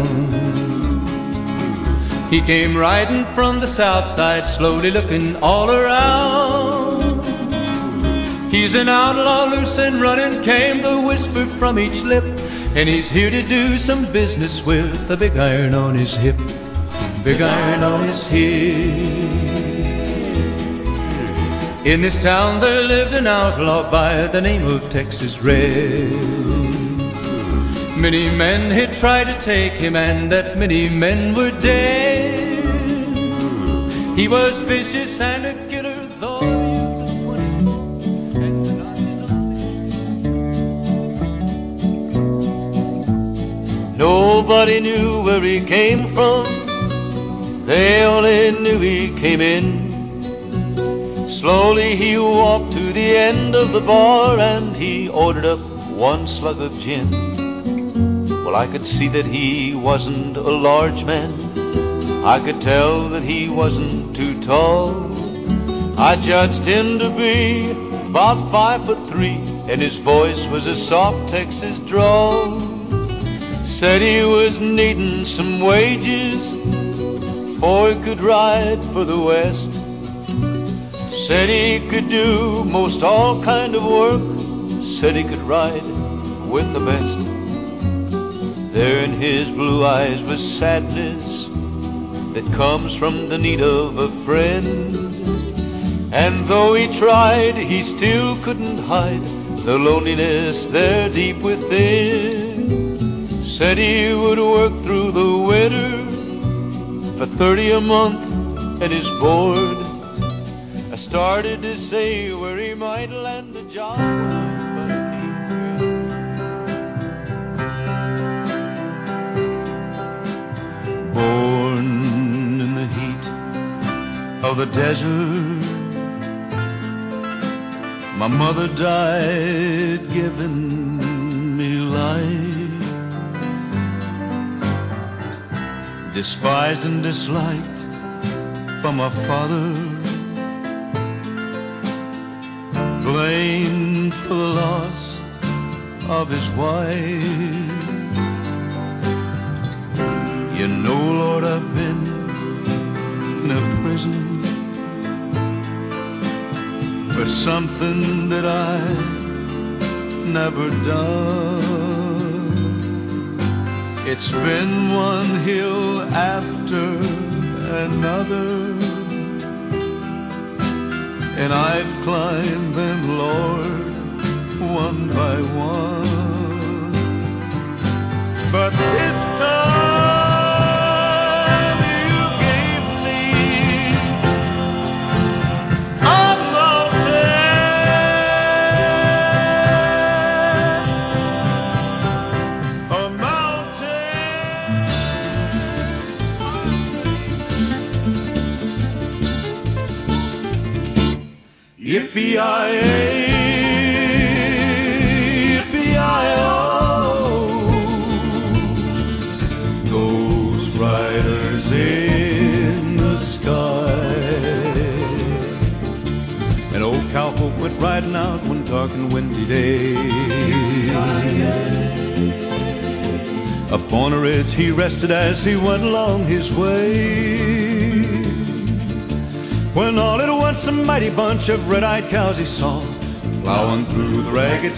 town. He came riding from the south side, slowly looking all around. He's an outlaw, loose and running, came the whisper from each lip, and he's here to do some business with a big iron on his hip, big iron on his hip. In this town there lived an outlaw by the name of Texas Red. Many men had tried to take him, and that many men were dead. He was vicious and a killer, though. Nobody knew where he came from, they only knew he came in. Slowly he walked to the end of the bar and he ordered up one slug of gin. Well, I could see that he wasn't a large man. I could tell that he wasn't too tall. I judged him to be about five foot three, and his voice was a soft Texas drawl. Said he was needing some wages, for he could ride for the West. Said he could do most all kind of work. Said he could ride with the best. There in his blue eyes was sadness that comes from the need of a friend. And though he tried, he still couldn't hide the loneliness there deep within. Said he would work through the winter for thirty a month and his board. I started to say where he might land a job, but I came to him. Born in the heat of the desert, my mother died giving me life. Despised and disliked by my father, blamed for the loss of his wife. You know, Lord, I've been in a prison for something that I never done. It's been one hill after another, and I've climbed them, Lord, one by one. But this time Yippee-yi-yi, yippee-yi-oh, those riders in the sky. An old cowpoke went riding out one dark and windy day. Upon a ridge he rested as he went along his way, when all at once a mighty bunch of red-eyed cows he saw plowing through the ragged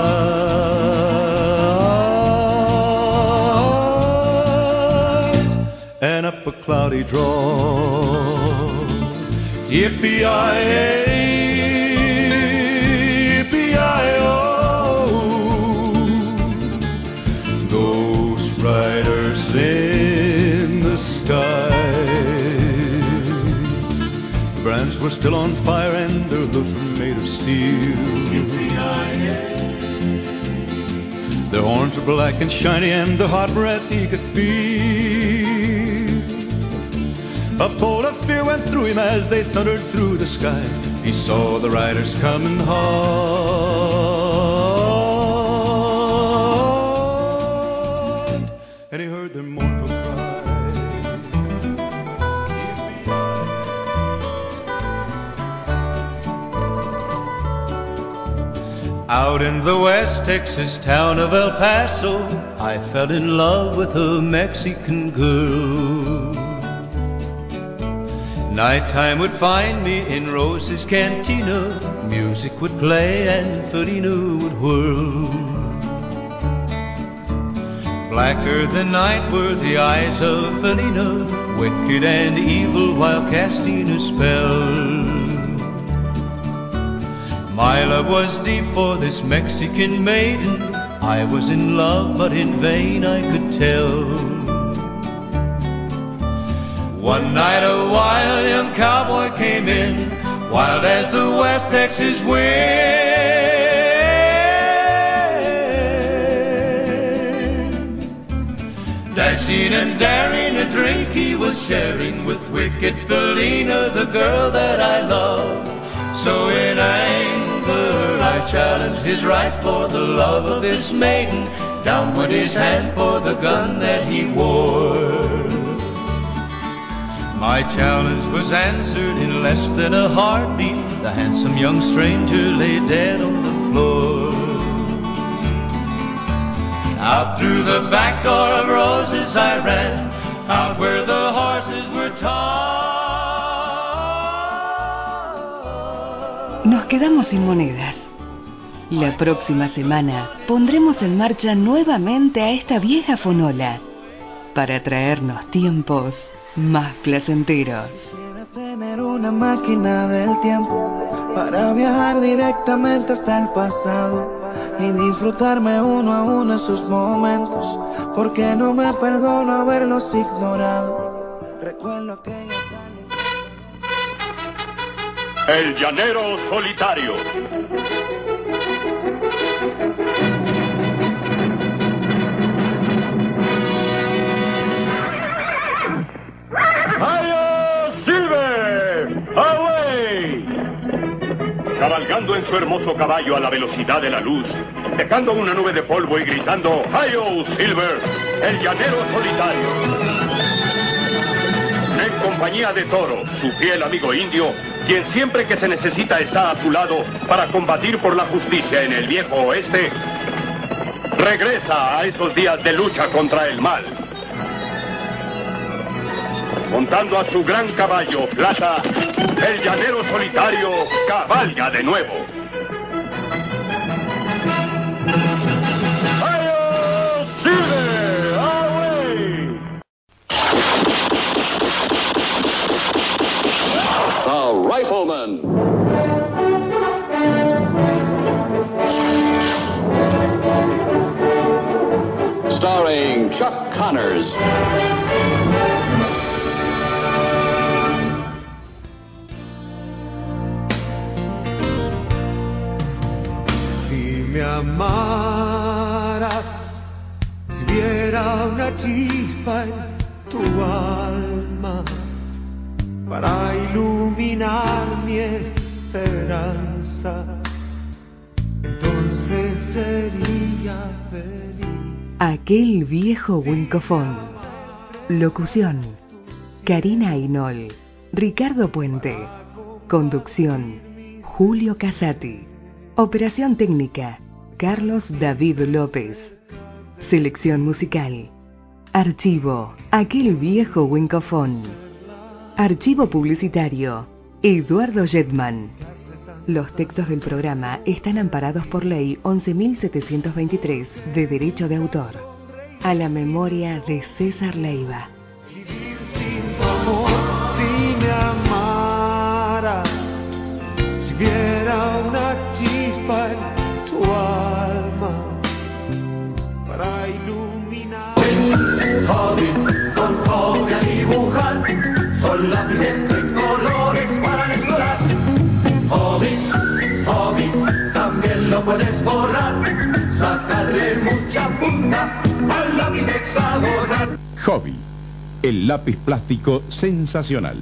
skies and up a cloudy draw. Yippee-yi-yi, yippee-yi-oh, those riders in the sky. Brands were still on fire and their hoofs were made of steel. Their horns were black and shiny and the hot breath he could feel. A bolt of fear went through him as they thundered through the sky. He saw the riders coming hard, and he heard their mournful cry. Out in the West Texas town of El Paso, I fell in love with a Mexican girl. Nighttime would find me in Rose's Cantina. Music would play and Felina would whirl. Blacker than night were the eyes of Felina, wicked and evil while casting a spell. My love was deep for this Mexican maiden. I was in love, but in vain I could tell. One night a wild young cowboy came in, wild as the West Texas wind. Dashing and daring, a drink he was sharing with wicked Felina, the girl that I love. So in anger I challenged his right for the love of this maiden. Down went his hand for the gun that he wore. My challenge was answered in less than a heartbeat. The handsome young stranger lay dead on the floor. Out through the back door of roses I ran, out where the horses were tied. Nos quedamos sin monedas. La próxima semana pondremos en marcha nuevamente a esta vieja fonola para traernos tiempos más placenteros. Quisiera tener una máquina del tiempo para viajar directamente hasta el pasado y disfrutarme uno a uno esos momentos, porque no me perdono haberlos ignorado. Recuerdo aquella El llanero solitario. ¡Hayo Silver! ¡Away! Cabalgando en su hermoso caballo a la velocidad de la luz, dejando una nube de polvo y gritando ¡Hayo Silver! El llanero solitario. En compañía de Toro, su fiel amigo indio, quien siempre que se necesita está a su lado para combatir por la justicia en el viejo oeste, regresa a esos días de lucha contra el mal. Montando a su gran caballo plata, el llanero solitario cabalga de nuevo. ¡Hayo Silver! ¡Away! The Rifleman. Starring Chuck Connors. Si me amaras, si hubiera una chispa en tu alma para iluminar mi esperanza, entonces sería feliz. Aquel viejo Wincofón. Locución: Karina Ainol, Ricardo Puente. Conducción: Julio Casati. Operación técnica: Carlos David López. Selección musical: Archivo: Aquel viejo Wincofón. Archivo publicitario: Eduardo Jetman. Los textos del programa están amparados por Ley once mil setecientos veintitrés de Derecho de Autor. A la memoria de César Leiva. Amor, si me amaras, si hubiera una chispa en tu alma para iluminar. Hobby, con hobby a dibujar, son lápices de colores para explorar. Hobby, hobby, también lo puedes borrar, sacarle mucha punta al lápiz hexagonal. Hobby, el lápiz plástico sensacional.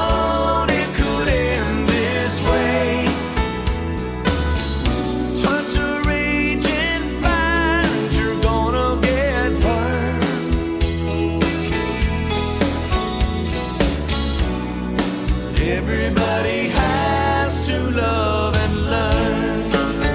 Touch Everybody has to love and learn.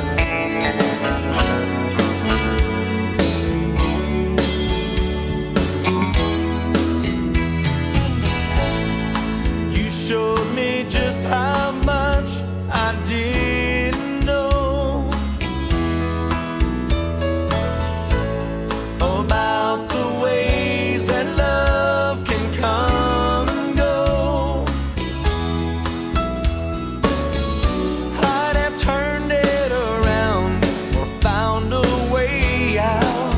You showed me just how much I didn't know about the ways that love can come and go. I'd have turned it around or found a way out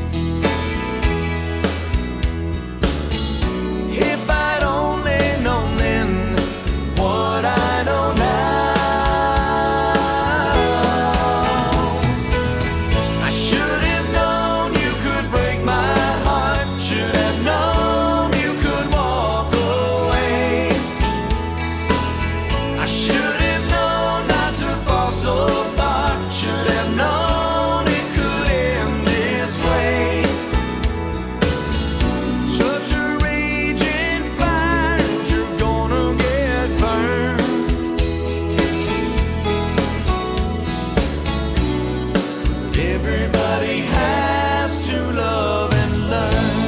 if I'd only known then what I know now. I should have known you could break my heart, should have known you could walk away. I should have known not to fall so far, should have known it could end this way. Such a raging fire, you're gonna get burned. Everybody has to love and learn.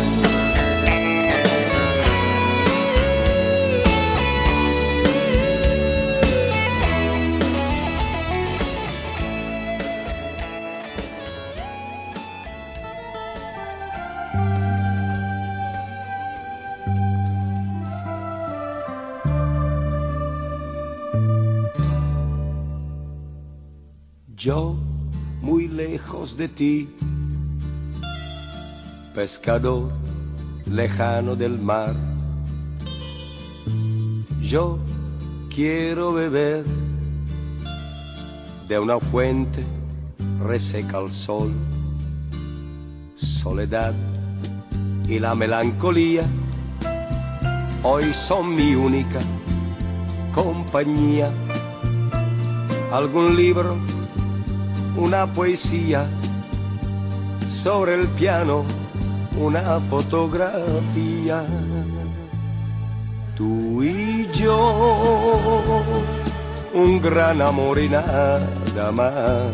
Yo, muy lejos de ti, pescador lejano del mar, yo quiero beber de una fuente reseca al sol. Soledad y la melancolía hoy son mi única compañía. Algún libro, una poesía, sobre el piano una fotografía. Tú y yo, un gran amor y nada más.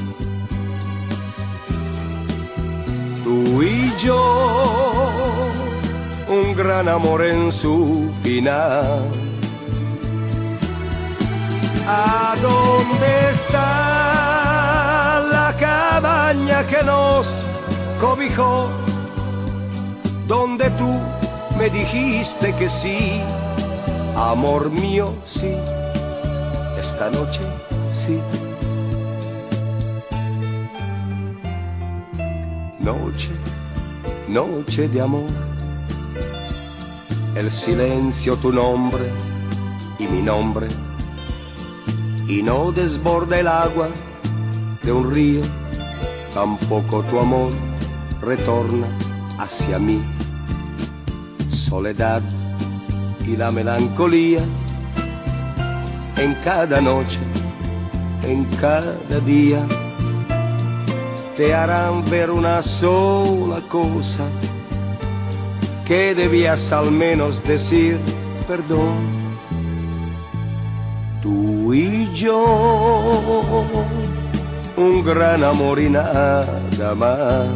Tú y yo, un gran amor en su final. ¿A dónde está la cabaña que nos cobijó? Donde tú me dijiste que sí, amor mío, sí, esta noche sí. Noche, noche de amor, el silencio tu nombre y mi nombre, y no desborda el agua de un río, tampoco tu amor retorna hacia mí. Soledad y la melancolía en cada noche, en cada día, te harán ver una sola cosa, que debías al menos decir perdón. Tú y yo, un gran amor y nada más.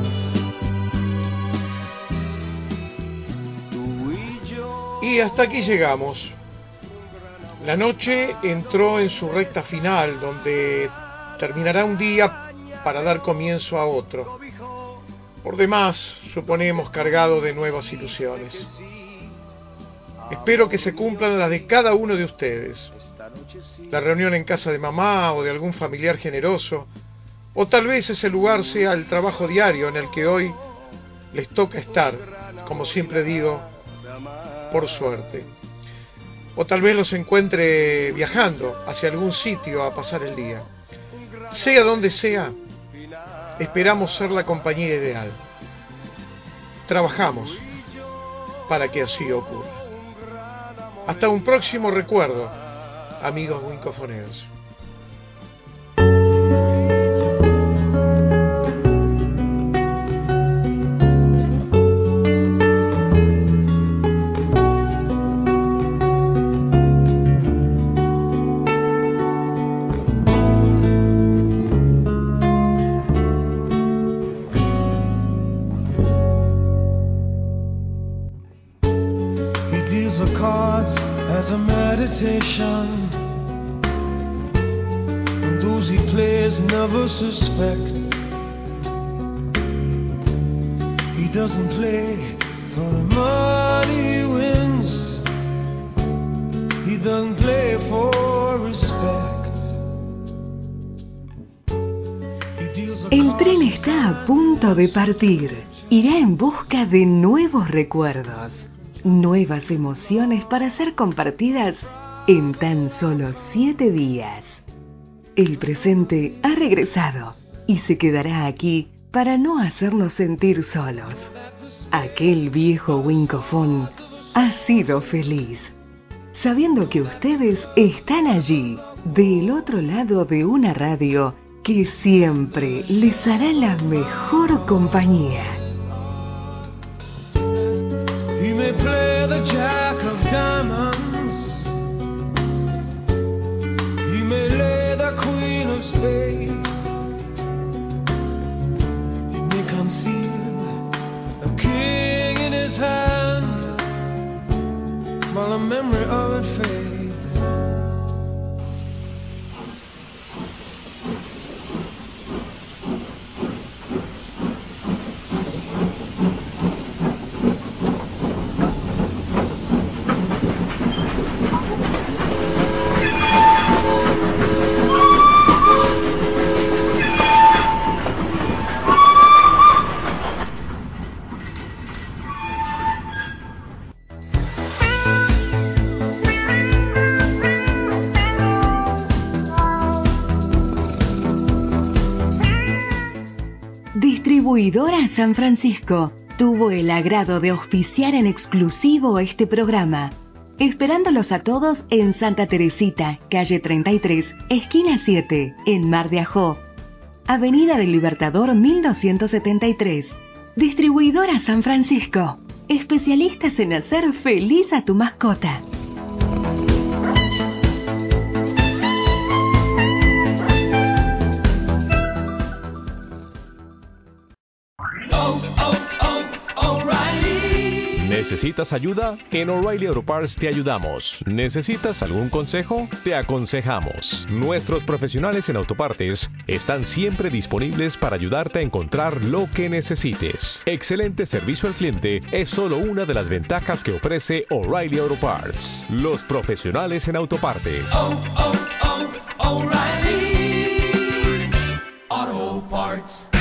Y hasta aquí llegamos. La noche entró en su recta final, donde terminará un día para dar comienzo a otro. Por demás, suponemos cargado de nuevas ilusiones. Espero que se cumplan las de cada uno de ustedes. La reunión en casa de mamá o de algún familiar generoso, o tal vez ese lugar sea el trabajo diario en el que hoy les toca estar, como siempre digo, por suerte. O tal vez los encuentre viajando hacia algún sitio a pasar el día. Sea donde sea, esperamos ser la compañía ideal. Trabajamos para que así ocurra. Hasta un próximo recuerdo, amigos wincofoneros. deals the cards as a meditation, and those he plays never suspect. He doesn't play for the money he wins, he doesn't play for respect. El tren está a punto de partir. Irá en busca de nuevos recuerdos, nuevas emociones para ser compartidas en tan solo siete días. El presente ha regresado y se quedará aquí para no hacernos sentir solos. Aquel viejo Winkofon ha sido feliz, sabiendo que ustedes están allí, del otro lado de una radio que siempre les hará la mejor compañía. He may play the jack of diamonds, he may lay the queen of spades, he may conceal a king in his hand while the memory of it fades. Distribuidora San Francisco tuvo el agrado de auspiciar en exclusivo este programa, esperándolos a todos en Santa Teresita, calle treinta y tres, esquina siete, en Mar de Ajó, Avenida del Libertador mil doscientos setenta y tres. Distribuidora San Francisco, especialistas en hacer feliz a tu mascota. ¿Necesitas ayuda? En O'Reilly Auto Parts te ayudamos. ¿Necesitas algún consejo? Te aconsejamos. Nuestros profesionales en autopartes están siempre disponibles para ayudarte a encontrar lo que necesites. Excelente servicio al cliente es solo una de las ventajas que ofrece O'Reilly Auto Parts. Los profesionales en autopartes. Oh, oh, oh, O'Reilly Auto Parts.